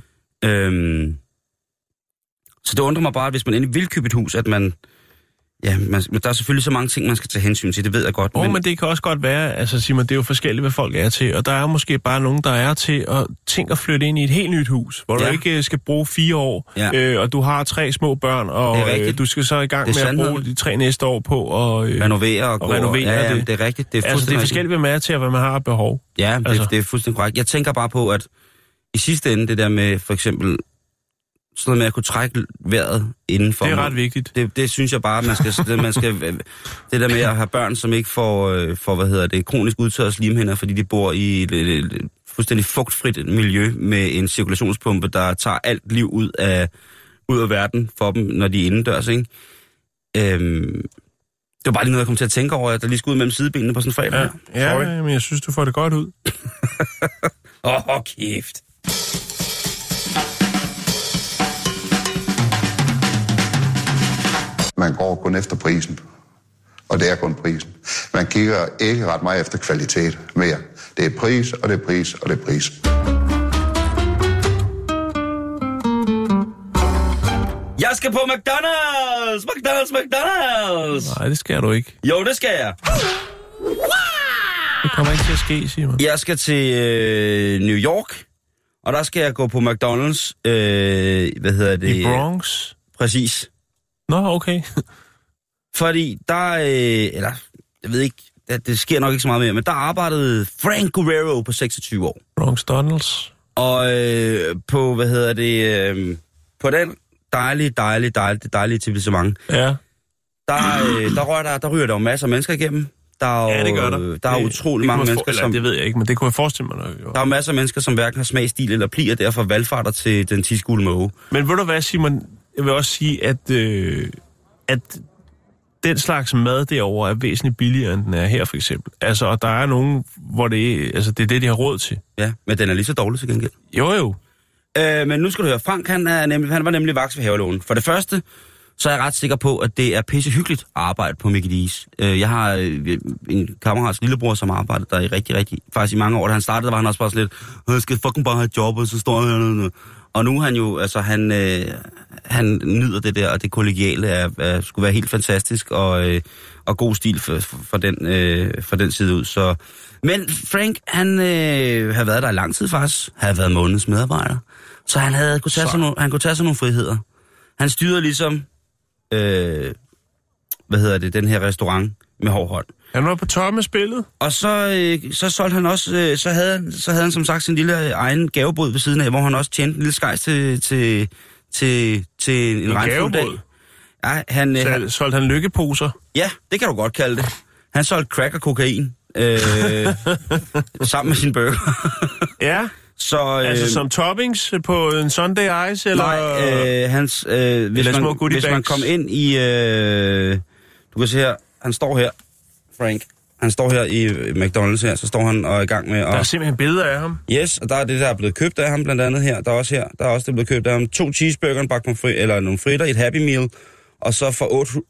Speaker 5: Så det undrer mig bare, at hvis man endelig vil købe et hus, at man... Ja, men der er selvfølgelig så mange ting, man skal tage hensyn til, det ved jeg godt.
Speaker 6: Men det kan også godt være, altså Simon, det er jo forskelligt, hvad folk er til, og der er måske bare nogen, der er til at tænke at flytte ind i et helt nyt hus, hvor du ikke skal bruge 4 år, og du har 3 små børn, og du skal så i gang med at bruge de 3 næste år på at
Speaker 5: renovere og
Speaker 6: renovere
Speaker 5: det. Det er rigtigt. Det
Speaker 6: er forskelligt, hvad man er til, og hvad man har behov.
Speaker 5: Ja, det er fuldstændig korrekt. Jeg tænker bare på, at i sidste ende, det der med for eksempel sådan noget med at kunne trække vejret indenfor.
Speaker 6: Det er ret vigtigt.
Speaker 5: Det synes jeg bare, man skal det der med at have børn, som ikke får kronisk udtørret slimhinder, fordi de bor i et fuldstændig fugtfrit miljø med en cirkulationspumpe, der tager alt liv ud af verden for dem, når de er indendørs, ikke? Det var bare lige noget, jeg kom til at tænke over, at der lige skulle ud mellem sidebenene på sådan en fredag.
Speaker 6: Ja, men jeg synes, du får det godt ud.
Speaker 5: Kæft.
Speaker 2: Man går kun efter prisen, og det er kun prisen. Man kigger ikke ret meget efter kvalitet mere. Det er pris, og det er pris, og det er pris.
Speaker 5: Jeg skal på McDonald's! McDonald's!
Speaker 6: Nej, det skal du ikke.
Speaker 5: Jo, det skal jeg.
Speaker 6: Det kommer ikke til at ske, Simon.
Speaker 5: Jeg skal til New York, og der skal jeg gå på McDonald's.
Speaker 6: I Bronx?
Speaker 5: Præcis.
Speaker 6: Nå, okay.
Speaker 5: Fordi der, jeg ved ikke, det sker nok ikke så meget mere, men der arbejdede Frank Guerrero på 26 år.
Speaker 6: Bronx Donalds.
Speaker 5: Og på, på den dejlige etablissement.
Speaker 6: Ja.
Speaker 5: Der ryger der jo masser af mennesker igennem.
Speaker 6: Det gør der.
Speaker 5: Der er utrolig mange mennesker, som...
Speaker 6: Det ved jeg ikke, men det kunne jeg forestille mig.
Speaker 5: Der er masser af mennesker, som hverken har smag, stil eller pli, og derfor valgfarter til den 10-skule måge.
Speaker 6: Men ved du hvad, Simon? Jeg vil også sige, at den slags mad derovre er væsentligt billigere, end den er her, for eksempel. Altså, og der er nogen, hvor det er det, de har råd til.
Speaker 5: Ja, men den er lige så dårlig til gengæld.
Speaker 6: Jo.
Speaker 5: Men nu skal du høre, Frank, han var nemlig vaks ved havelån. For det første, så er jeg ret sikker på, at det er pissehyggeligt at arbejde på Mickey D's. Jeg har en kammerats lillebror, som arbejdede der i faktisk i mange år. Da han startede, var han også bare sådan lidt, jeg skal fucking bare have et job, og så står jeg hernede. Og nu er han jo, altså han nyder det der, og det kollegiale skulle være helt fantastisk, og god stil for den side ud. Så. Men Frank, han havde været der i lang tid faktisk, havde været månedens medarbejder, så han kunne tage sig nogle friheder. Han styrede ligesom, den her restaurant med hård hånd.
Speaker 6: Han var på toppen af spillet.
Speaker 5: Og så solgte han også, så havde han som sagt sin lille egen gavebod ved siden af, hvor han også tjente en lille skejs til en regnfuld dag. Ja,
Speaker 6: solgte han lykkeposer?
Speaker 5: Ja, det kan du godt kalde det. Han solgte crack og kokain sammen med sin burger.
Speaker 6: Ja.
Speaker 5: Så,
Speaker 6: altså som toppings på en Sunday Ice? Eller?
Speaker 5: Nej, hvis man kom ind i... du kan se her, han står her, Frank. Han står her i McDonald's her, så står han og er i gang med...
Speaker 6: Der er simpelthen billeder af ham?
Speaker 5: Yes, og der er det, der er blevet købt af ham blandt andet her. Der er også det blevet købt af ham. 2 cheeseburger, en bakke eller nogle fritter, et Happy Meal, og så for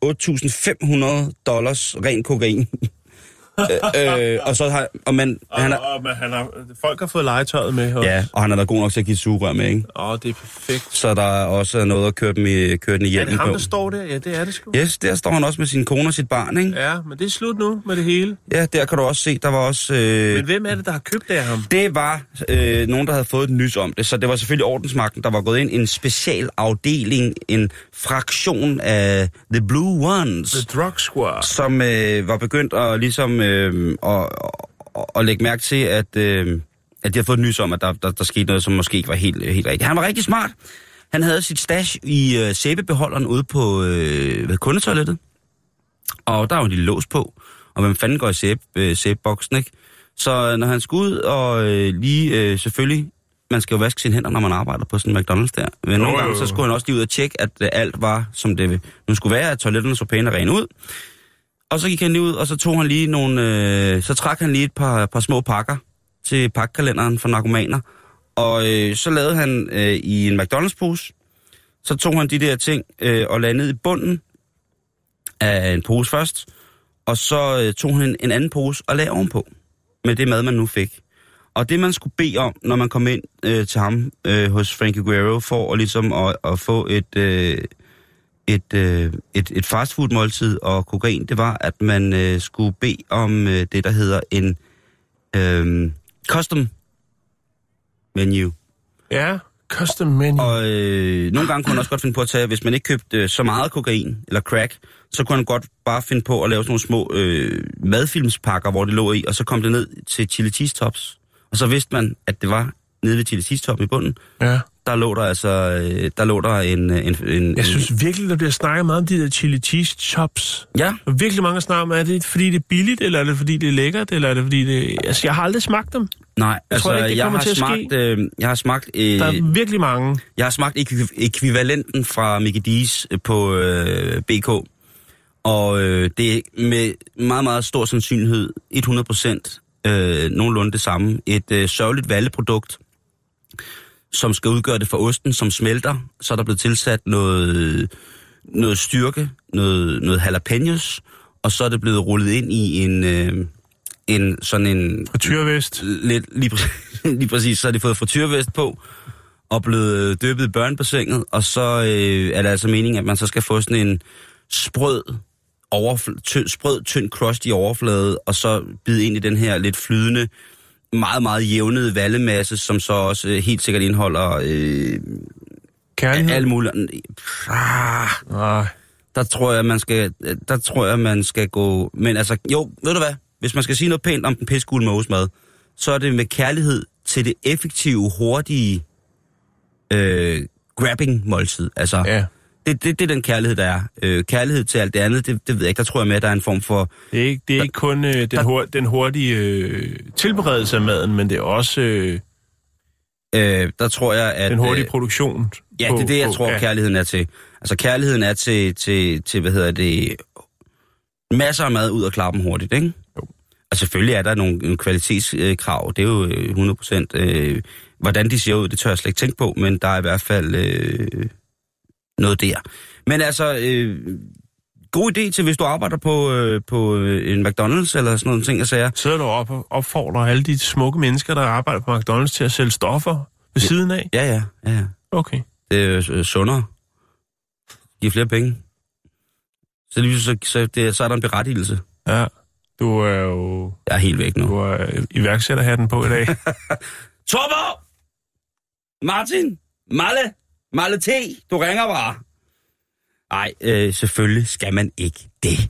Speaker 5: $8.500 ren kokain. Og så har
Speaker 6: folk har fået legetøjet med også.
Speaker 5: Ja, og han har været god nok til at give sugerør med, ikke?
Speaker 6: Det er perfekt.
Speaker 5: Så der er også noget at køre den i hjelmen på.
Speaker 6: Er det ham, der står der? Ja, det er det sgu.
Speaker 5: Yes, der står han også med sin kone og sit barn, ikke?
Speaker 6: Ja, men det er slut nu med det hele.
Speaker 5: Ja, der kan du også se, der var også...
Speaker 6: Men hvem er det, der har købt det af ham?
Speaker 5: Det var nogen, der havde fået et nys om det, så det var selvfølgelig ordensmagten, der var gået ind i en specialafdeling, en fraktion af The Blue Ones.
Speaker 6: The Drug Squad.
Speaker 5: Som var begyndt at ligesom... og lægge mærke til, at de har fået nys om, at der skete noget, som måske ikke var helt rigtigt. Han var rigtig smart. Han havde sit stash i sæbebeholderen ude på kundetoilettet. Og der var en lille lås på. Og hvem fanden går i sæbeboksen, ikke? Så når han skulle ud og selvfølgelig... Man skal jo vaske sine hænder, når man arbejder på sådan en McDonald's der. Men nogle gange, så skulle han også lige ud og tjekke, at alt var, som det nu skulle være, at toiletterne så pæne og rene ud. Og så gik han lige ud, og så tog han lige så trak han lige et par små pakker til pakkalenderen for narkomaner. Og så lavede han i en McDonald's-pose, så tog han de der ting og lagde ned i bunden af en pose først. Og så tog han en anden pose og lagde ovenpå med det mad, man nu fik. Og det, man skulle bede om, når man kom ind til ham hos Frankie Guerrero, for at, ligesom at få et fastfood-måltid og kokain, det var, at man skulle bede om det, der hedder en custom menu.
Speaker 6: Ja, custom menu.
Speaker 5: Og nogle gange kunne han også godt finde på at tage, hvis man ikke købte så meget kokain eller crack, så kunne han godt bare finde på at lave sådan nogle små madfilmspakker, hvor det lå i, og så kom det ned til chili cheese tops. Og så vidste man, at det var nede ved chili cheese toppen i bunden.
Speaker 6: Ja.
Speaker 5: der lå der en...
Speaker 6: Jeg synes virkelig, der bliver snakket meget om de der chili cheese chops.
Speaker 5: Ja.
Speaker 6: Og virkelig mange snakker om, er det fordi det er billigt, eller er det fordi det er lækkert, eller er det fordi det... Altså, jeg har aldrig smagt dem.
Speaker 5: Nej, jeg har smagt...
Speaker 6: Der er virkelig mange.
Speaker 5: Jeg har smagt ekvivalenten fra Mickey D's på BK. Og det er med meget, meget stor sandsynlighed 100% nogenlunde det samme. Et sørgeligt valleprodukt, som skal udgøre det for osten, som smelter. Så er der blevet tilsat noget styrke, noget jalapenos, og så er det blevet rullet ind i en
Speaker 6: frityrvest.
Speaker 5: Lige præcis, så har de fået frityrvest på, og blevet dyppet i børnebassinet, og så er det altså meningen, at man så skal få sådan en sprød, tynd crust i overflade, og så bide ind i den her lidt flydende, meget, meget jævnede vallemasse, som så også helt sikkert indeholder alt muligt. Der tror jeg, man skal gå... Men altså, jo, ved du hvad? Hvis man skal sige noget pænt om den pissegule mågesmad, så er det med kærlighed til det effektive, hurtige grabbing-måltid. Altså, ja. Det er den kærlighed, der er. Kærlighed til alt det andet, det ved jeg ikke. Der tror jeg med, at der er en form for...
Speaker 6: Det er ikke kun den hurtige tilberedelse af maden, men det er også...
Speaker 5: der tror jeg, at...
Speaker 6: Den hurtige produktion.
Speaker 5: Ja, det er det, jeg tror, kærligheden er til. Altså, kærligheden er til hvad hedder det... Masser af mad ud og klappe dem hurtigt, ikke? Jo. Og selvfølgelig er der nogle kvalitetskrav. Det er jo 100%... hvordan de ser ud, det tør jeg slet ikke tænke på, men der er i hvert fald... noget der. Men altså, god idé til, hvis du arbejder på en McDonald's eller sådan noget ting, og sager.
Speaker 6: Sidder du op og opfordrer alle de smukke mennesker, der arbejder på McDonald's til at sælge stoffer ved siden af?
Speaker 5: Ja.
Speaker 6: Okay.
Speaker 5: Det er sundere. Giver flere penge. Så er der en berettigelse.
Speaker 6: Ja, du er jo...
Speaker 5: Jeg er helt væk nu.
Speaker 6: Du er iværksætterhatten på i dag.
Speaker 5: Torborg! Martin! Malle T, du ringer bare. Nej, selvfølgelig skal man ikke det.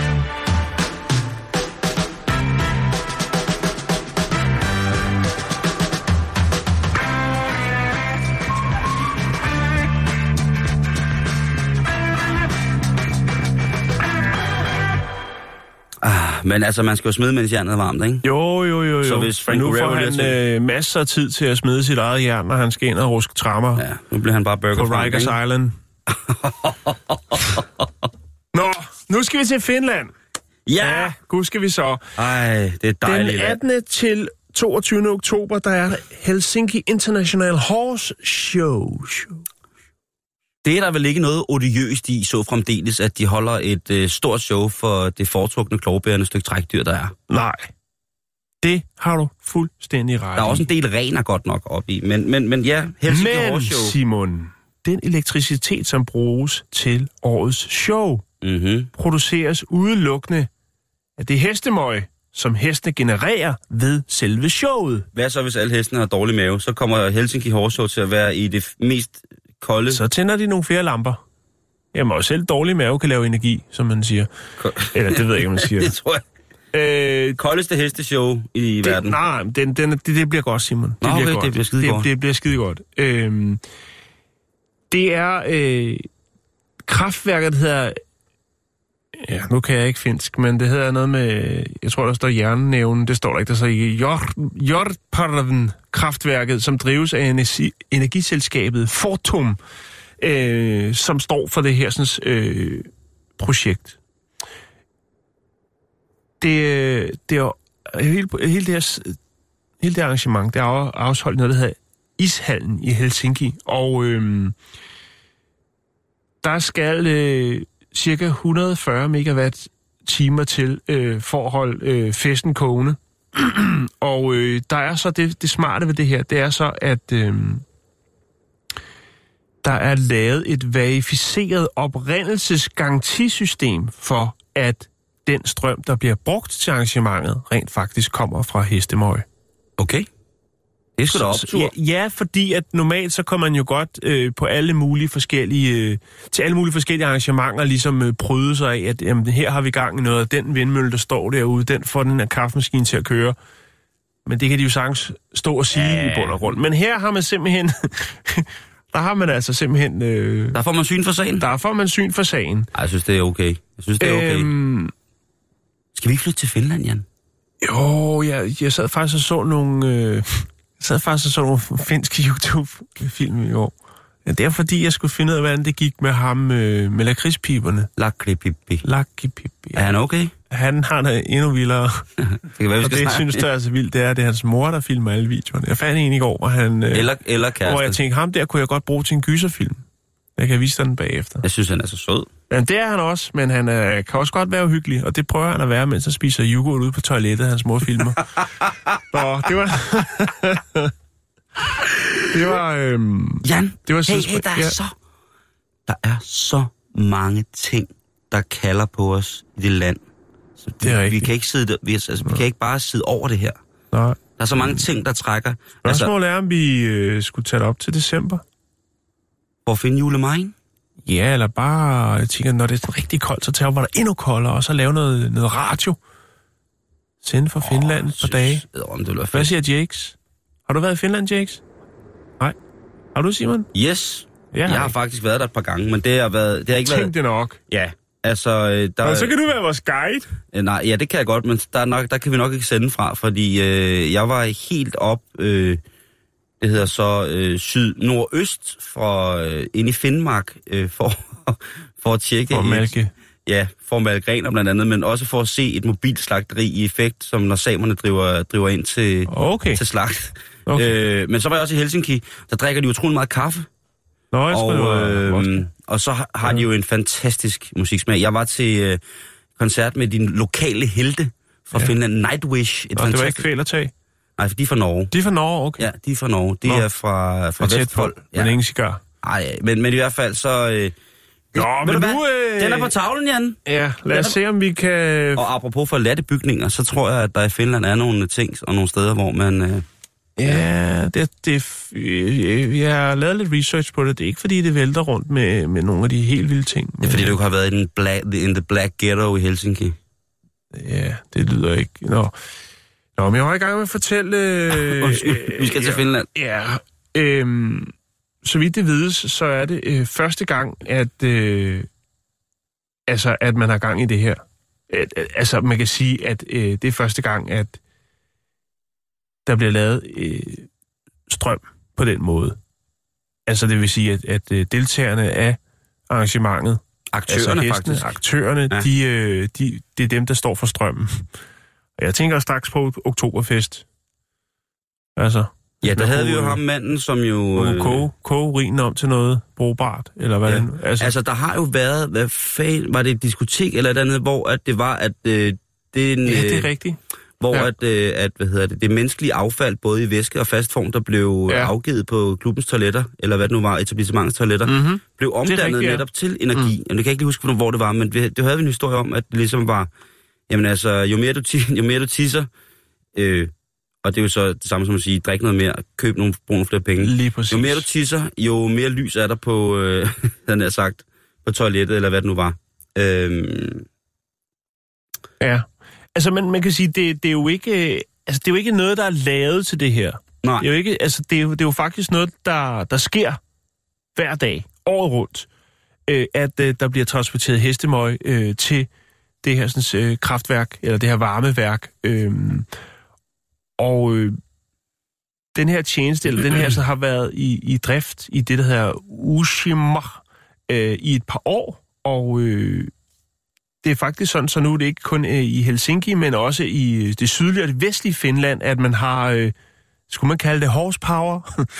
Speaker 5: Men altså, man skal jo smide, mens jernet er varmt, ikke?
Speaker 6: Jo.
Speaker 5: Så hvis Frank
Speaker 6: nu får han masser af tid til at smide sit eget jern, når han skal ind og ruske trammer.
Speaker 5: Ja, nu bliver han bare burger
Speaker 6: på Rikers Island. Nå, nu skal vi til Finland.
Speaker 5: Ja,
Speaker 6: gud skal vi så.
Speaker 5: Ej, det er dejligt.
Speaker 6: Den 18. til 22. oktober, der er Helsinki International Horse Show.
Speaker 5: Det er der vel ikke noget odiøst i, så fremdeles, at de holder et stort show for det foretrukne klovbærende stykke trækdyr, der er.
Speaker 6: Nej, det har du fuldstændig ret.
Speaker 5: Der er også en del rener godt nok op i, men ja, Helsinki Horse Show.
Speaker 6: Simon, den elektricitet, som bruges til årets show, produceres udelukkende af det hestemøg, som hestene genererer ved selve showet.
Speaker 5: Hvad så, hvis alle hestene har dårlig mave? Så kommer Helsinki Horse Show til at være i det mest kolde.
Speaker 6: Så tænder de nogle flere lamper. Jamen, og selv dårlig mave kan lave energi, som man siger. Eller det ved jeg ikke, man siger.
Speaker 5: Det tror jeg. Koldeste hesteshow i verden.
Speaker 6: Nej, det bliver godt, Simon. Det bliver godt.
Speaker 5: Det bliver skide godt.
Speaker 6: Det bliver skide godt. Det er kraftværket, der hedder... Ja, nu kan jeg ikke finsk, men det hedder noget med... Jeg tror, der står hjernenævnen. Det står der ikke. Der står Jordparven kraftværket, som drives af energiselskabet Fortum, som står for det her sådan, projekt. Det er hele det arrangement, det er afholdt noget, der hedder Ishallen i Helsinki, og der skal cirka 140 megawatt-timer til for at holde festen kogende. Og der er så det smarte ved det her, det er så, at der er lavet et verificeret oprindelsesgarantisystem for, at den strøm, der bliver brugt til arrangementet, rent faktisk kommer fra hestemøg.
Speaker 5: Okay. Det er sgu da optur.
Speaker 6: Ja, fordi at normalt så kommer man jo godt på alle mulige forskellige, til alle mulige forskellige arrangementer ligesom prøve sig af, at jamen, her har vi gang i noget, og den vindmølle, der står derude, den får den her kaffemaskine til at køre. Men det kan de jo sagtens stå og sige i bund og grund. Men her har man simpelthen... der har man altså simpelthen...
Speaker 5: Der får man syn for sagen?
Speaker 6: Der får man syn for sagen.
Speaker 5: Ej, jeg synes, det er okay. Skal vi ikke flytte til Finland, Jan?
Speaker 6: Jo, jeg sad faktisk og så nogle... nogle finske YouTube-film i år. Ja, det er fordi, jeg skulle finde ud af, hvordan det gik med ham med lakridspiberne.
Speaker 5: Lakridspippi.
Speaker 6: Ja.
Speaker 5: Er han okay?
Speaker 6: Han har det endnu vildere.
Speaker 5: Det kan være, vi skal
Speaker 6: og det, synes jeg er så vildt, det er hans mor, der filmer alle videoerne. Jeg fandt en i går, hvor han...
Speaker 5: Eller kæreste.
Speaker 6: Hvor jeg tænkte, ham der kunne jeg godt bruge til en gyserfilm. Jeg kan vise den bagefter.
Speaker 5: Jeg synes, han er så sød.
Speaker 6: Ja, det er han også, men han kan også godt være uhyggelig, og det prøver han at være, mens han spiser yoghurt ude på toilettet, hans mor filmer. Så det var... det var...
Speaker 5: Jan,
Speaker 6: det var
Speaker 5: der er så mange ting, der kalder på os i det land. Så vi kan ikke sidde der, vi kan ikke bare sidde over det her.
Speaker 6: Nej.
Speaker 5: Der er så mange ting, der trækker.
Speaker 6: Spørgsmålet er, om vi skulle tage det op til december.
Speaker 5: For at finde julemagen?
Speaker 6: Ja, eller bare, jeg tænker, når det er rigtig koldt, så tager hvor der er endnu koldere, og så lave noget radio. Sende fra Finland på dage. Hvad siger Jakes? Har du været i Finland, Jakes? Nej. Har du, Simon?
Speaker 5: Yes. Jeg har faktisk været der et par gange, men det har ikke været...
Speaker 6: Tænk det nok.
Speaker 5: Ja. Altså,
Speaker 6: så kan du være vores guide.
Speaker 5: Nej, ja, det kan jeg godt, men der kan vi nok ikke sende fra, fordi jeg var helt op... det hedder så syd-nordøst fra ind i Finnmark for at tjekke...
Speaker 6: For at malke.
Speaker 5: Ja, for at malke rener blandt andet, men også for at se et mobilslagteri i effekt, som når samerne driver ind til slagt. Okay. Men så var jeg også i Helsinki, der drikker de utrolig meget kaffe.
Speaker 6: Nå,
Speaker 5: og så har de jo en fantastisk musiksmag. Jeg var til koncert med din lokale helte fra Finland, Nightwish.
Speaker 6: Det var ikke Kvælertag?
Speaker 5: Nej, for de er fra Norge.
Speaker 6: De er fra Norge, okay.
Speaker 5: Ja, de er fra Norge. De er fra Vestfold.
Speaker 6: Men ingen cigar.
Speaker 5: Nej, men i hvert fald så...
Speaker 6: men nu...
Speaker 5: Den er på tavlen, Jan.
Speaker 6: Ja, lad os se, om vi kan...
Speaker 5: Og apropos forladte bygninger, så tror jeg, at der i Finland er nogle ting og nogle steder, hvor man...
Speaker 6: Ja, jeg har lavet lidt research på det. Det er ikke, fordi det vælter rundt med nogle af de helt vilde ting.
Speaker 5: Det er, fordi du ikke har været in the Black Ghetto i Helsinki.
Speaker 6: Ja, det lyder ikke... Nå, men jeg var i gang med at fortælle...
Speaker 5: vi skal til Finland.
Speaker 6: Ja, så vidt det vides, så er det første gang, at man har gang i det her. Altså, man kan sige, at det er første gang, at der bliver lavet strøm på den måde. Altså, det vil sige, at deltagerne af arrangementet,
Speaker 5: aktørerne
Speaker 6: altså hestene,
Speaker 5: faktisk.
Speaker 6: Aktørerne, ja. Det er dem, der står for strømmen. Og jeg tænker straks på Oktoberfest. Altså...
Speaker 5: Ja, der havde vi jo ham manden, som jo...
Speaker 6: Koge urinen om til noget brugbart, eller hvad det
Speaker 5: altså, der har jo været... Hvad fanden... Var det et diskotek eller et andet, hvor at det var, at... det
Speaker 6: er rigtigt.
Speaker 5: Hvor det menneskelige affald, både i væske og fast form, der blev afgivet på klubbens toiletter, eller hvad det nu var, etablissementets toiletter, blev omdannet netop til energi. Jeg kan ikke lige huske, hvor det var, men det havde vi en historie om, at det ligesom var... Jamen altså, jo mere du tisser... og det er jo så det samme som at sige, drik noget mere, køb brug nogle flere penge.
Speaker 6: Lige præcis.
Speaker 5: Jo mere du tisser, jo mere lys er der på, den er sagt, på toilettet, eller hvad det nu var.
Speaker 6: Ja, altså man kan sige, det er jo ikke, altså det er jo ikke noget, der er lavet til det her.
Speaker 5: Nej.
Speaker 6: Det er jo ikke, altså det er jo faktisk noget, der sker hver dag, året rundt, at der bliver transporteret hestemøg til det her sådan, kraftværk, eller det her varmeværk. Og den her tjeneste, eller den her, så har været i drift i det, der hedder Uusimaa i et par år. Og det er faktisk sådan, så nu er det ikke kun i Helsinki, men også i det sydlige og det vestlige Finland, at man har, skulle man kalde det horsepower.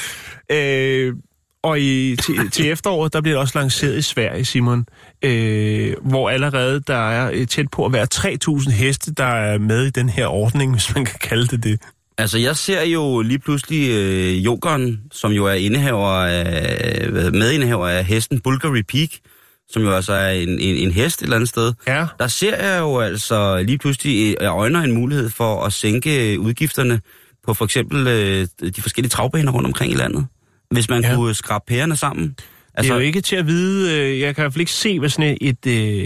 Speaker 6: Og til efteråret, der bliver det også lanceret i Sverige, Simon, hvor allerede der er tæt på at være 3.000 heste, der er med i den her ordning, hvis man kan kalde det.
Speaker 5: Altså, jeg ser jo lige pludselig Jokeren, som jo er medindehaver af hesten Bulgari Peak, som jo altså er en hest et eller andet sted. Ja. Der ser jeg jo altså lige pludselig øjner en mulighed for at sænke udgifterne på for eksempel de forskellige travbaner rundt omkring i landet. Hvis man kunne skrabe pærerne sammen.
Speaker 6: Altså, det er jo ikke til at vide, jeg kan i hvert fald ikke se, hvad sådan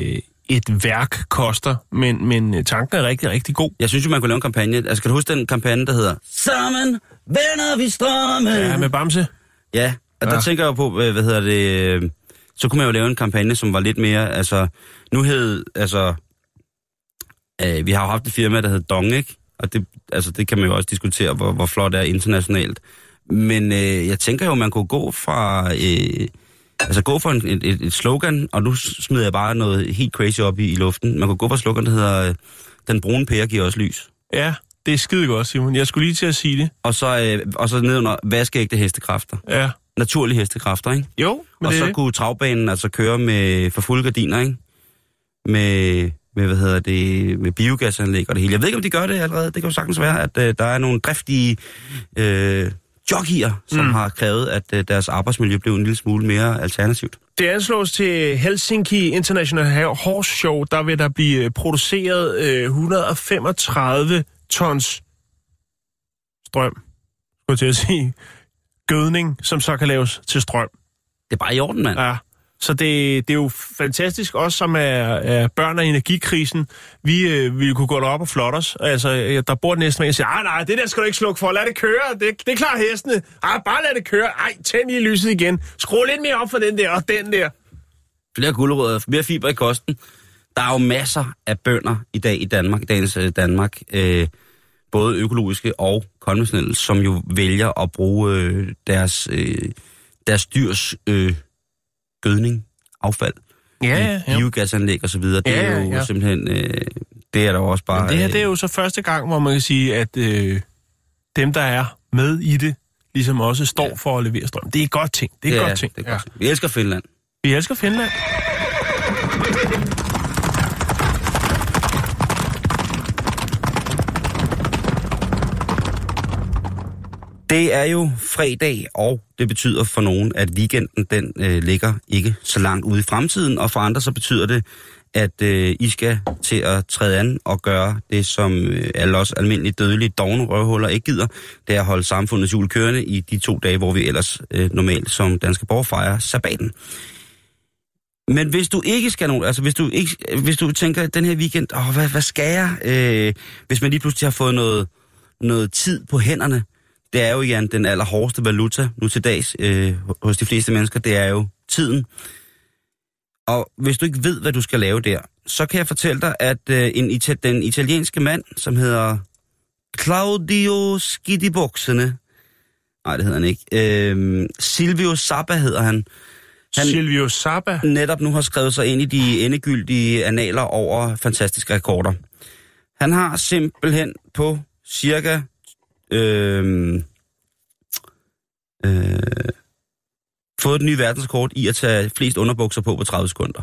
Speaker 6: et værk koster, men tanken er rigtig, rigtig god.
Speaker 5: Jeg synes jo, man kunne lave en kampagne. Altså, kan du huske den kampagne, der hedder Sammen vender vi strømmen?
Speaker 6: Ja, med Bamse.
Speaker 5: Ja, og der tænker jeg på, så kunne man jo lave en kampagne, som var lidt mere, altså, nu hed, altså, vi har jo haft et firma, der hed Dong, ikke? Og det kan man jo også diskutere, hvor flot det er internationalt. Men jeg tænker jo, man kunne gå fra... gå for et slogan, og nu smider jeg bare noget helt crazy op i luften. Man kunne gå for et slogan, der hedder, den brune pære giver os lys.
Speaker 6: Ja, det er skide godt, Simon. Jeg skulle lige til at sige det.
Speaker 5: Og så nedenunder vaskeægte hestekræfter. Ja. Naturlige hestekræfter, ikke?
Speaker 6: Jo, men
Speaker 5: og så kunne travbanen altså køre med for fulde gardiner, ikke? Med med biogasanlæg og det hele. Jeg ved ikke, om de gør det allerede. Det kan jo sagtens være, at der er nogle driftige jockeyer, som har krævet, at deres arbejdsmiljø blev en lille smule mere alternativt.
Speaker 6: Det anslås til Helsinki International Horse Show, der vil der blive produceret 135 tons strøm, skulle jeg til at sige, gødning, som så kan laves til strøm.
Speaker 5: Det er bare i orden, mand.
Speaker 6: Ja. Så det er jo fantastisk, også som er børn af energikrisen. Vi ville kunne gå derop og flotte os. Altså, der bor næsten en og siger, nej, det der skal du ikke slukke for. Lad det køre. Det klarer hestene. Bare lad det køre. Tænd lige lyset igen. Skru lidt mere op for den der og den der.
Speaker 5: Flere gulerødder, mere fiber i kosten. Der er jo masser af bønder i dag i Danmark, i dagens Danmark, både økologiske og konventionelle, som jo vælger at bruge deres dyrs gødning, affald, biogasanlæg og så videre. Det er jo simpelthen, det er der også bare...
Speaker 6: Men det her, det er jo så første gang, hvor man kan sige, at dem, der er med i det, ligesom også står for at levere strøm. Det er et godt ting. Det er et godt ting.
Speaker 5: Det er godt ting. Vi elsker Finland.
Speaker 6: Vi elsker Finland.
Speaker 5: Det er jo fredag, og det betyder for nogen, at weekenden den ligger ikke så langt ude i fremtiden, og for andre så betyder det, at I skal til at træde an og gøre det, som alle os almindelige dødelige dovne røvhuller ikke gider. Det er at holde samfundets hjul kørende i de 2 dage, hvor vi ellers normalt som danske borgere fejrer sabbaten. Men hvis du ikke skal nogen, altså hvis du tænker, den her weekend, hvad skal jeg? Hvis man lige pludselig har fået noget tid på hænderne, det er jo igen den allerhårdeste valuta nu til dags hos de fleste mennesker, det er jo tiden. Og hvis du ikke ved, hvad du skal lave der, så kan jeg fortælle dig, at den italienske mand, som hedder Claudio Schidiboxene, nej, det hedder han ikke, Silvio Zappa hedder han.
Speaker 6: Silvio Zappa?
Speaker 5: Netop nu har skrevet sig ind i de endegyldige analer over fantastiske rekorder. Han har simpelthen på cirka fået et ny verdensrekord i at tage flest underbukser på 30 sekunder.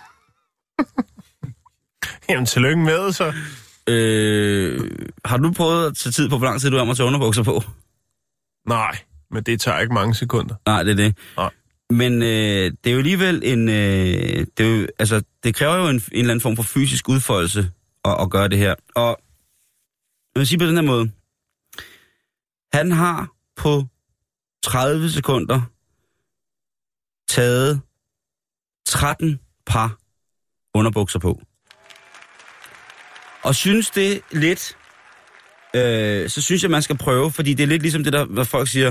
Speaker 6: Jamen, tillykke med, så.
Speaker 5: Har du prøvet at tage tid på, hvor lang tid du er med at tage underbukser på?
Speaker 6: Nej, men det tager ikke mange sekunder.
Speaker 5: Nej, det er det.
Speaker 6: Nej.
Speaker 5: Men det er jo alligevel det kræver jo en eller anden form for fysisk udfoldelse at gøre det her. Og jeg vil sige på den her måde, han har på 30 sekunder taget 13 par underbukser på. Og synes det lidt, så synes jeg, man skal prøve, fordi det er lidt ligesom det der, hvor folk siger,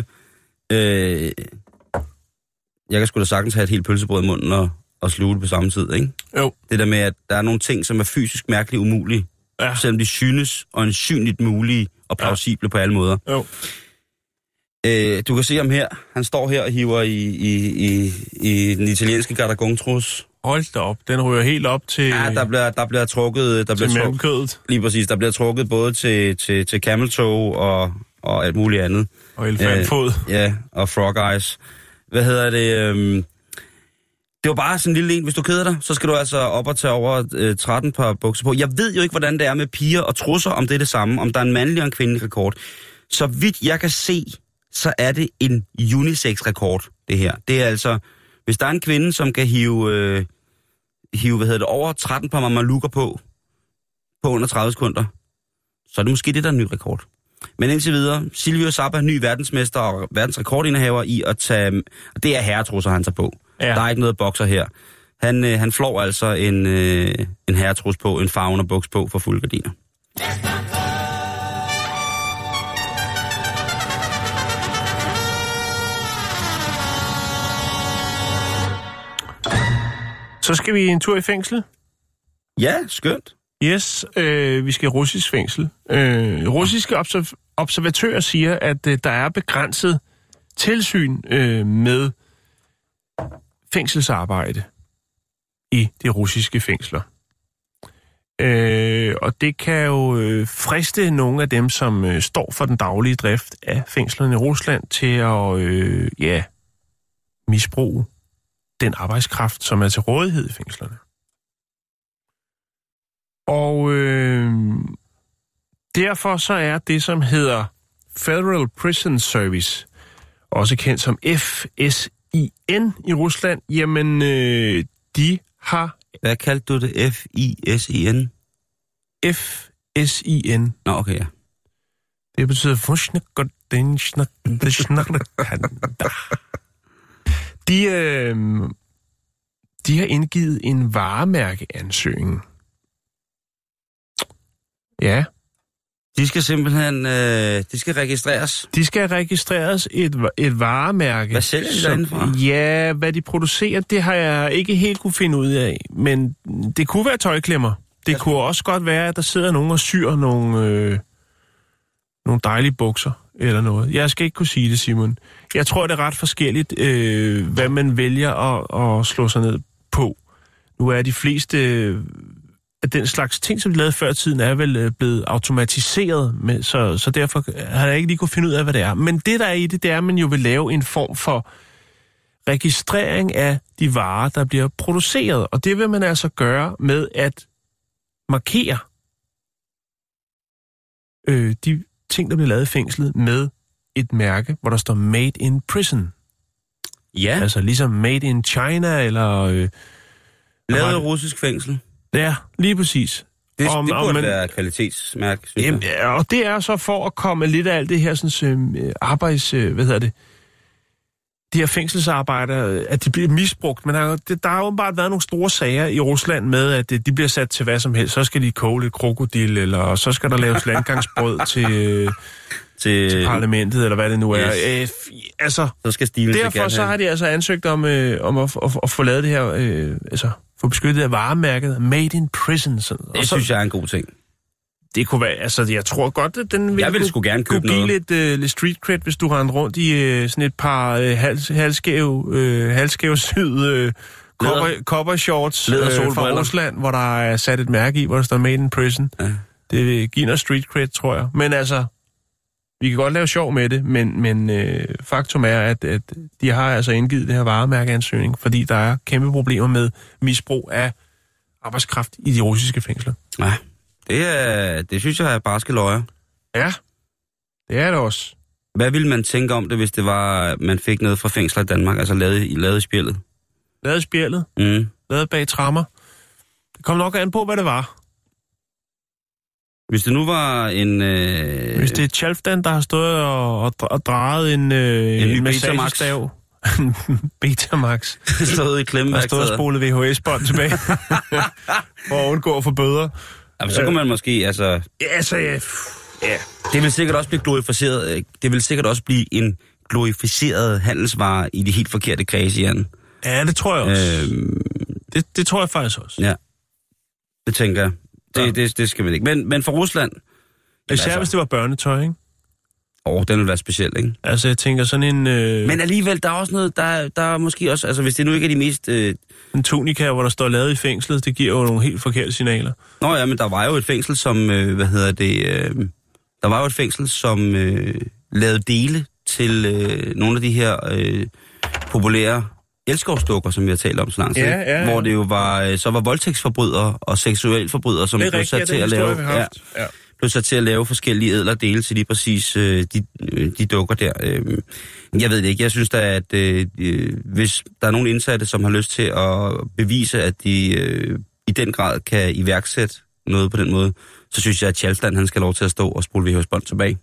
Speaker 5: jeg kan sgu da sagtens have et helt pølsebrød i munden og sluge det på samme tid, ikke?
Speaker 6: Jo.
Speaker 5: Det der med, at der er nogle ting, som er fysisk mærkeligt umulige, selvom de synes øjensynligt mulige og plausible på alle måder.
Speaker 6: Jo.
Speaker 5: Du kan se ham her. Han står her og hiver i den italienske gardagontrus.
Speaker 6: Hold da op. Den ryger helt op til...
Speaker 5: Ja, der bliver trukket...
Speaker 6: til mellemkødet.
Speaker 5: Lige præcis. Der bliver trukket både til camel toe og alt muligt andet.
Speaker 6: Og elefantfod.
Speaker 5: Ja, og frog eyes. Hvad hedder det? Det var bare sådan en lille en. Hvis du keder dig, så skal du altså op og tage over 13 par bukser på. Jeg ved jo ikke, hvordan det er med piger og trusser, om det er det samme. Om der er en mandlig og en kvindelig rekord. Så vidt jeg kan se, så er det en unisex-rekord, det her. Det er altså, hvis der er en kvinde, som kan hive over 13 par mamalukker på under 30 sekunder, så er det måske det, der er en ny rekord. Men indtil videre, Silvio Zappa, ny verdensmester og verdensrekordindehaver i at tage... Og det er herretrusser, han tager på. Ja. Der er ikke noget bokser her. Han flår altså en herretrus på, en farveunderbuks på for fulde gardiner.
Speaker 6: Så skal vi en tur i fængsel.
Speaker 5: Ja, skønt.
Speaker 6: Yes, vi skal i russisk fængsel. Russiske observatører siger, at der er begrænset tilsyn med fængselsarbejde i de russiske fængsler. Og det kan jo friste nogle af dem, som står for den daglige drift af fængslerne i Rusland, til at misbruge den arbejdskraft, som er til rådighed i fængslerne. Og derfor så er det, som hedder Federal Prison Service, også kendt som FSIN i Rusland, jamen de har...
Speaker 5: Hvad kaldte du det? FISIN?
Speaker 6: FSIN.
Speaker 5: Nå, okay, ja.
Speaker 6: Det betyder... De har indgivet en varemærkeansøgning. Ja.
Speaker 5: De skal simpelthen de skal registreres.
Speaker 6: De skal registreres et varemærke.
Speaker 5: Hvad sælger de derindefra?
Speaker 6: Ja, hvad de producerer, det har jeg ikke helt kunne finde ud af. Men det kunne være tøjklemmer. Det kunne også godt være, at der sidder nogen og syr nogle dejlige bukser eller noget. Jeg skal ikke kunne sige det, Simon. Jeg tror, det er ret forskelligt, hvad man vælger at slå sig ned på. Nu er de fleste af den slags ting, som de lavede før i tiden, er vel blevet automatiseret, så derfor har jeg ikke lige kunne finde ud af, hvad det er. Men det, der er i det, det er, at man jo vil lave en form for registrering af de varer, der bliver produceret. Og det vil man altså gøre med at markere de ting, der bliver lavet i fængslet, med et mærke, hvor der står Made in Prison.
Speaker 5: Ja.
Speaker 6: Altså ligesom Made in China, eller...
Speaker 5: lavet i russisk fængsel.
Speaker 6: Ja, lige præcis.
Speaker 5: Det burde være kvalitetsmærke, synes jeg.
Speaker 6: Ja, og det er så for at komme lidt af alt det her sådan, de her fængselsarbejdere, at de bliver misbrugt. Men der har åbenbart været nogle store sager i Rusland med, at de bliver sat til hvad som helst. Så skal de koge lidt krokodil, eller så skal der laves landgangsbrød til parlamentet, eller hvad det nu er.
Speaker 5: Yes. Så skal stilen
Speaker 6: derfor så har de altså ansøgt om at få lavet det her, få beskyttet af varemærket Made in Prison.
Speaker 5: Det synes jeg er en god ting.
Speaker 6: Det kunne være, altså jeg tror godt, at den
Speaker 5: ville sgu gerne købe noget.
Speaker 6: Lidt street cred, hvis du rendte rundt i sådan et par halvskæve syd cowboy shorts fra Rusland, hvor der er sat et mærke i, hvor der står Made in Prison. Ja. Det vil give noget street cred, tror jeg. Men altså, vi kan godt lave sjov med det, men faktum er, at de har altså indgivet det her varemærkeansøgning, fordi der er kæmpe problemer med misbrug af arbejdskraft i de russiske fængsler.
Speaker 5: Ja. Det synes jeg er barske løjer.
Speaker 6: Ja, det er det også.
Speaker 5: Hvad ville man tænke om det, hvis det var, man fik noget fra fængsler i Danmark, altså lavet i spjældet?
Speaker 6: Lavet i spjældet? Mm. Lavet bag trammer? Det kom nok an på, hvad det var.
Speaker 5: Hvis det nu var en...
Speaker 6: Hvis det er Tjalfdan, der har stået og drejet en massagestav. Betamax.
Speaker 5: Stået i klemmeværkstedet.
Speaker 6: Og stået og spolet VHS-bånd tilbage. For at undgå at få bøder.
Speaker 5: Jamen, så kunne man måske, altså...
Speaker 6: Ja.
Speaker 5: Det vil sikkert også blive glorificeret. Det vil sikkert også blive en glorificeret handelsvare i de helt forkerte kredse, Jan.
Speaker 6: Ja, det tror jeg også. Det tror jeg faktisk også.
Speaker 5: Ja, det tænker jeg. Det skal man ikke. Men for Rusland...
Speaker 6: Især hvis det var børnetøj, ikke?
Speaker 5: Den vil være speciel, ikke?
Speaker 6: Altså, jeg tænker sådan en...
Speaker 5: Men alligevel, der er også noget, der er måske også... Altså, hvis det nu ikke er de mest...
Speaker 6: En tunika, hvor der står lavet i fængslet, det giver jo nogle helt forkerte signaler.
Speaker 5: Nå ja, men der var jo et fængsel, som... der var jo et fængsel, som lavede dele til nogle af de her populære elskovsdukker, som vi har talt om så lang tid. Ja. Hvor det jo var... Så var voldtægtsforbrydere og seksualforbrydere, som blev sat til at lave... Blev sat til at lave forskellige ædler dele til lige præcis de dukker der. Jeg ved det ikke. Jeg synes da, at hvis der er nogen indsatte, som har lyst til at bevise, at de i den grad kan iværksætte noget på den måde, så synes jeg, at Tjalfdan, han skal have lov til at stå og spole VHS-bånd tilbage.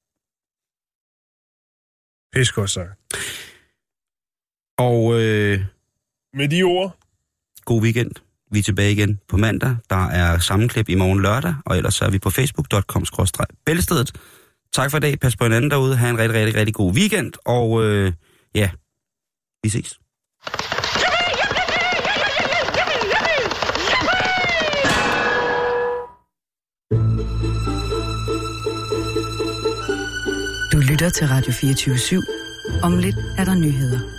Speaker 6: Pis godt sagt.
Speaker 5: Og
Speaker 6: med de ord.
Speaker 5: God weekend. Vi er tilbage igen på mandag. Der er sammenklip i morgen lørdag, og ellers så er vi på facebook.com/bæltestedet. Tak for i dag. Pas på hinanden derude. Ha' en rigtig, rigtig, rigtig god weekend. Og ja, vi ses.
Speaker 1: Du lytter til Radio 24/7. Om lidt er der nyheder.